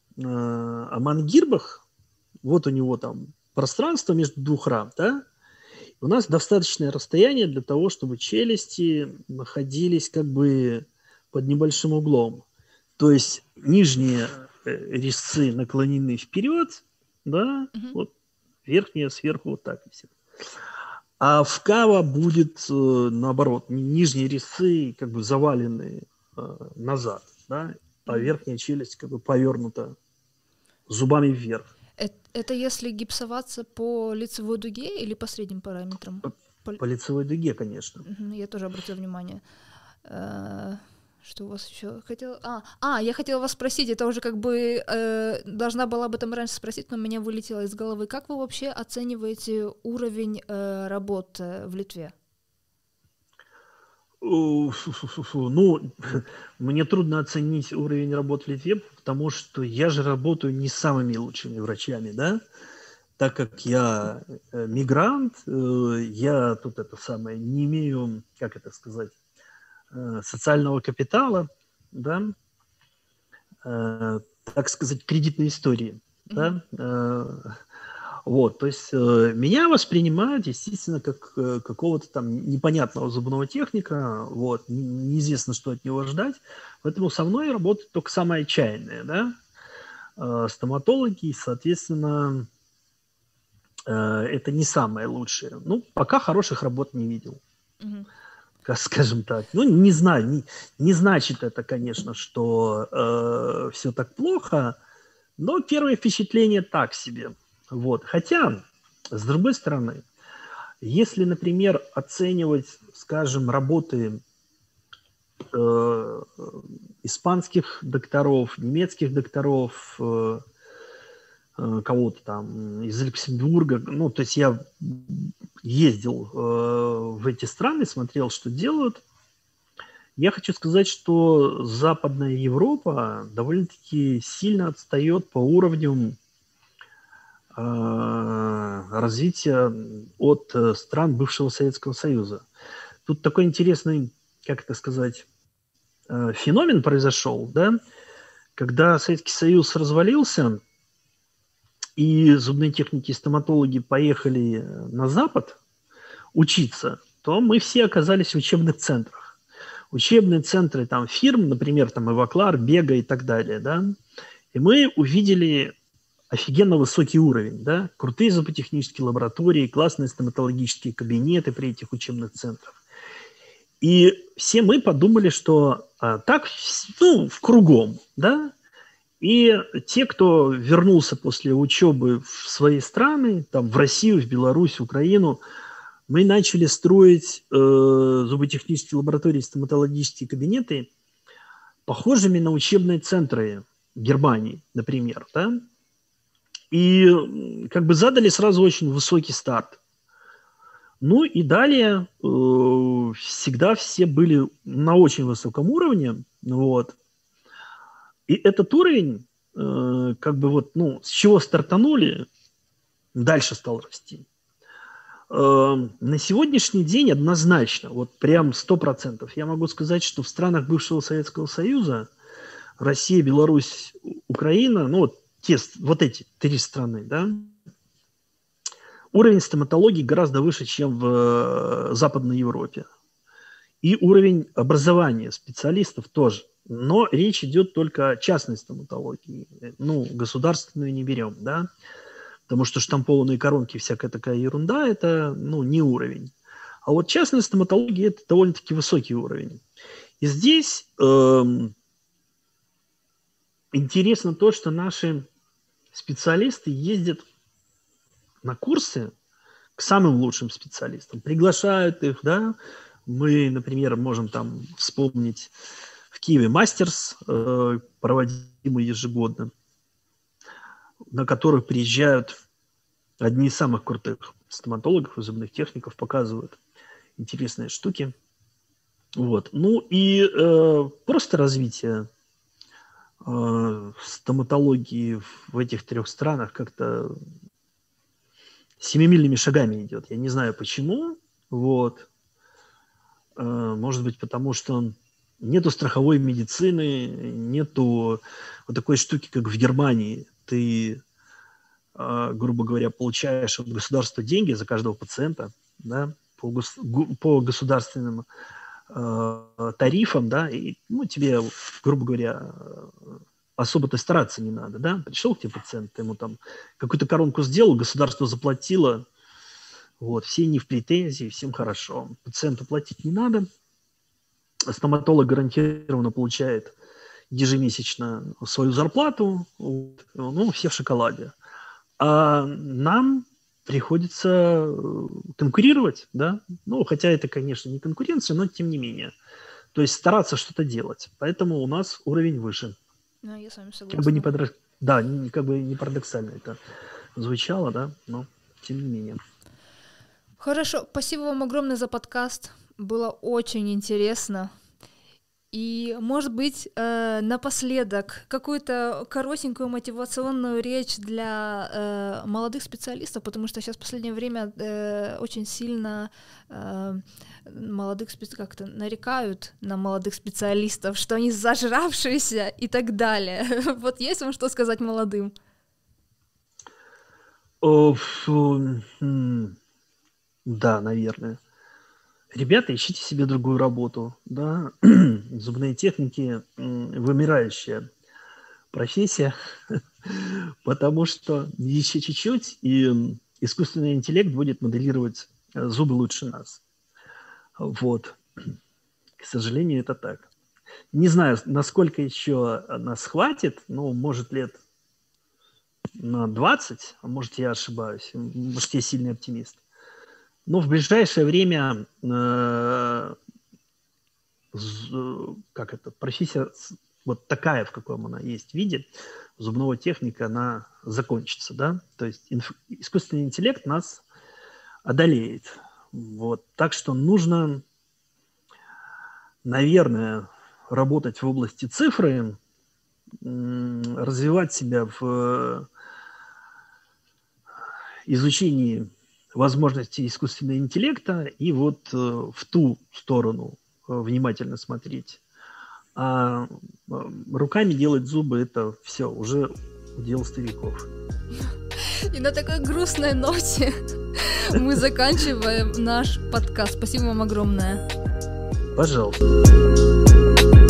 Амангирбах, вот у него там пространство между двух рам, да, у нас достаточное расстояние для того, чтобы челюсти находились как бы под небольшим углом. То есть нижние резцы наклонены вперед, да, mm-hmm. вот верхние сверху вот так висят. А в Кава будет э, наоборот, нижние резцы как бы завалены э, назад, да, а верхняя челюсть как бы повернута зубами вверх. Это, это если гипсоваться по лицевой дуге или по средним параметрам? По, по... по лицевой дуге, конечно. Я тоже обратила внимание. Что у вас еще хотела? А, а, я хотела вас спросить, это уже как бы э, должна была об этом раньше спросить, но у меня вылетело из головы. Как вы вообще оцениваете уровень э, работы в Литве? Ну, мне трудно оценить уровень работы в Литве, потому что я же работаю не с самыми лучшими врачами, да? Так как я мигрант, я тут это самое, не имею, как это сказать, э, социального капитала, да, э, так сказать, кредитной истории, mm-hmm. да, э, вот, то есть э, меня воспринимают, естественно, как э, какого-то там непонятного зубного техника, вот, неизвестно, что от него ждать, поэтому со мной работают только самые отчаянные, да, э, стоматологи, соответственно, э, это не самое лучшее. Ну, пока хороших работ не видел, mm-hmm. скажем так. Ну, не знаю, не, не значит это, конечно, что э, все так плохо, но первое впечатление так себе. Вот. Хотя, с другой стороны, если, например, оценивать, скажем, работы э, испанских докторов, немецких докторов, э, э, кого-то там из Люксембурга, ну, то есть я ездил э, в эти страны, смотрел, что делают, я хочу сказать, что Западная Европа довольно-таки сильно отстает по уровню развития от стран бывшего Советского Союза. Тут такой интересный, как это сказать, феномен произошел, да, когда Советский Союз развалился, и зубные техники и стоматологи поехали на Запад учиться, то мы все оказались в учебных центрах. Учебные центры там фирм, например, там Эвоклар, Бега и так далее, да, и мы увидели офигенно высокий уровень, да, крутые зуботехнические лаборатории, классные стоматологические кабинеты при этих учебных центрах. И все мы подумали, что а, так, ну, в кругом, да, и те, кто вернулся после учебы в свои страны, там, в Россию, в Беларусь, в Украину, мы начали строить э, зуботехнические лаборатории, стоматологические кабинеты, похожими на учебные центры Германии, например, да, и как бы задали сразу очень высокий старт. Ну и далее э, всегда все были на очень высоком уровне, вот. И этот уровень, э, как бы вот, ну, с чего стартанули, дальше стал расти. Э, на сегодняшний день однозначно, вот прям сто процентов, я могу сказать, что в странах бывшего Советского Союза, Россия, Беларусь, Украина, ну вот, те, вот эти три страны, да, уровень стоматологии гораздо выше, чем в Западной Европе. И уровень образования специалистов тоже. Но речь идет только о частной стоматологии. Ну, государственную не берем, да, потому что штампованные коронки, всякая такая ерунда, это, ну, не уровень. А вот частная стоматология – это довольно-таки высокий уровень. И здесь эм, интересно то, что наши специалисты ездят на курсы к самым лучшим специалистам, приглашают их, да. Мы, например, можем там вспомнить в Киеве мастерс, э, проводимый ежегодно, на которых приезжают одни из самых крутых стоматологов и зубных техников, показывают интересные штуки. Вот. Ну и э, просто развитие э, стоматологии в этих трех странах как-то семимильными шагами идет. Я не знаю почему. Вот. Э, может быть, потому что нету страховой медицины, нету вот такой штуки, как в Германии. Ты, э, грубо говоря, получаешь от государства деньги за каждого пациента, да, по, гос- по государственным э, тарифам, да, и, ну, тебе, грубо говоря, особо-то стараться не надо, да. Пришел к тебе пациент, ты ему там какую-то коронку сделал, государство заплатило, вот, все не в претензии, всем хорошо. Пациенту платить не надо, стоматолог гарантированно получает ежемесячно свою зарплату, вот, ну, все в шоколаде. А нам приходится конкурировать, да, ну, хотя это, конечно, не конкуренция, но тем не менее. То есть стараться что-то делать. Поэтому у нас уровень выше. Ну, я с вами согласна. Как бы не подра... Да, не, как бы не парадоксально это звучало, да, но тем не менее. Хорошо, спасибо вам огромное за подкаст. Было очень интересно. И, может быть, э, напоследок какую-то коротенькую мотивационную речь для э, молодых специалистов, потому что сейчас в последнее время э, очень сильно э, молодых специалистов как-то нарекают на молодых специалистов, что они зажравшиеся и так далее. Вот есть вам что сказать молодым? О, фу, м, да, наверное. Ребята, ищите себе другую работу, да, зубные техники м, вымирающая профессия, потому что еще чуть-чуть, и м, искусственный интеллект будет моделировать э, зубы лучше нас. Вот. К сожалению, это так. Не знаю, насколько еще нас хватит, ну, может, лет на двадцать, а может, я ошибаюсь, может, я сильный оптимист. Но в ближайшее время э, как это, профессия вот такая, в каком она есть виде, зубного техника, она закончится, да, то есть инф, искусственный интеллект нас одолеет, вот, так что нужно, наверное, работать в области цифры, развивать себя в изучении возможностей искусственного интеллекта и вот в ту сторону внимательно смотреть. А руками делать зубы – это все, уже удел стариков. И на такой грустной ноте мы заканчиваем наш подкаст. Спасибо вам огромное. Пожалуйста.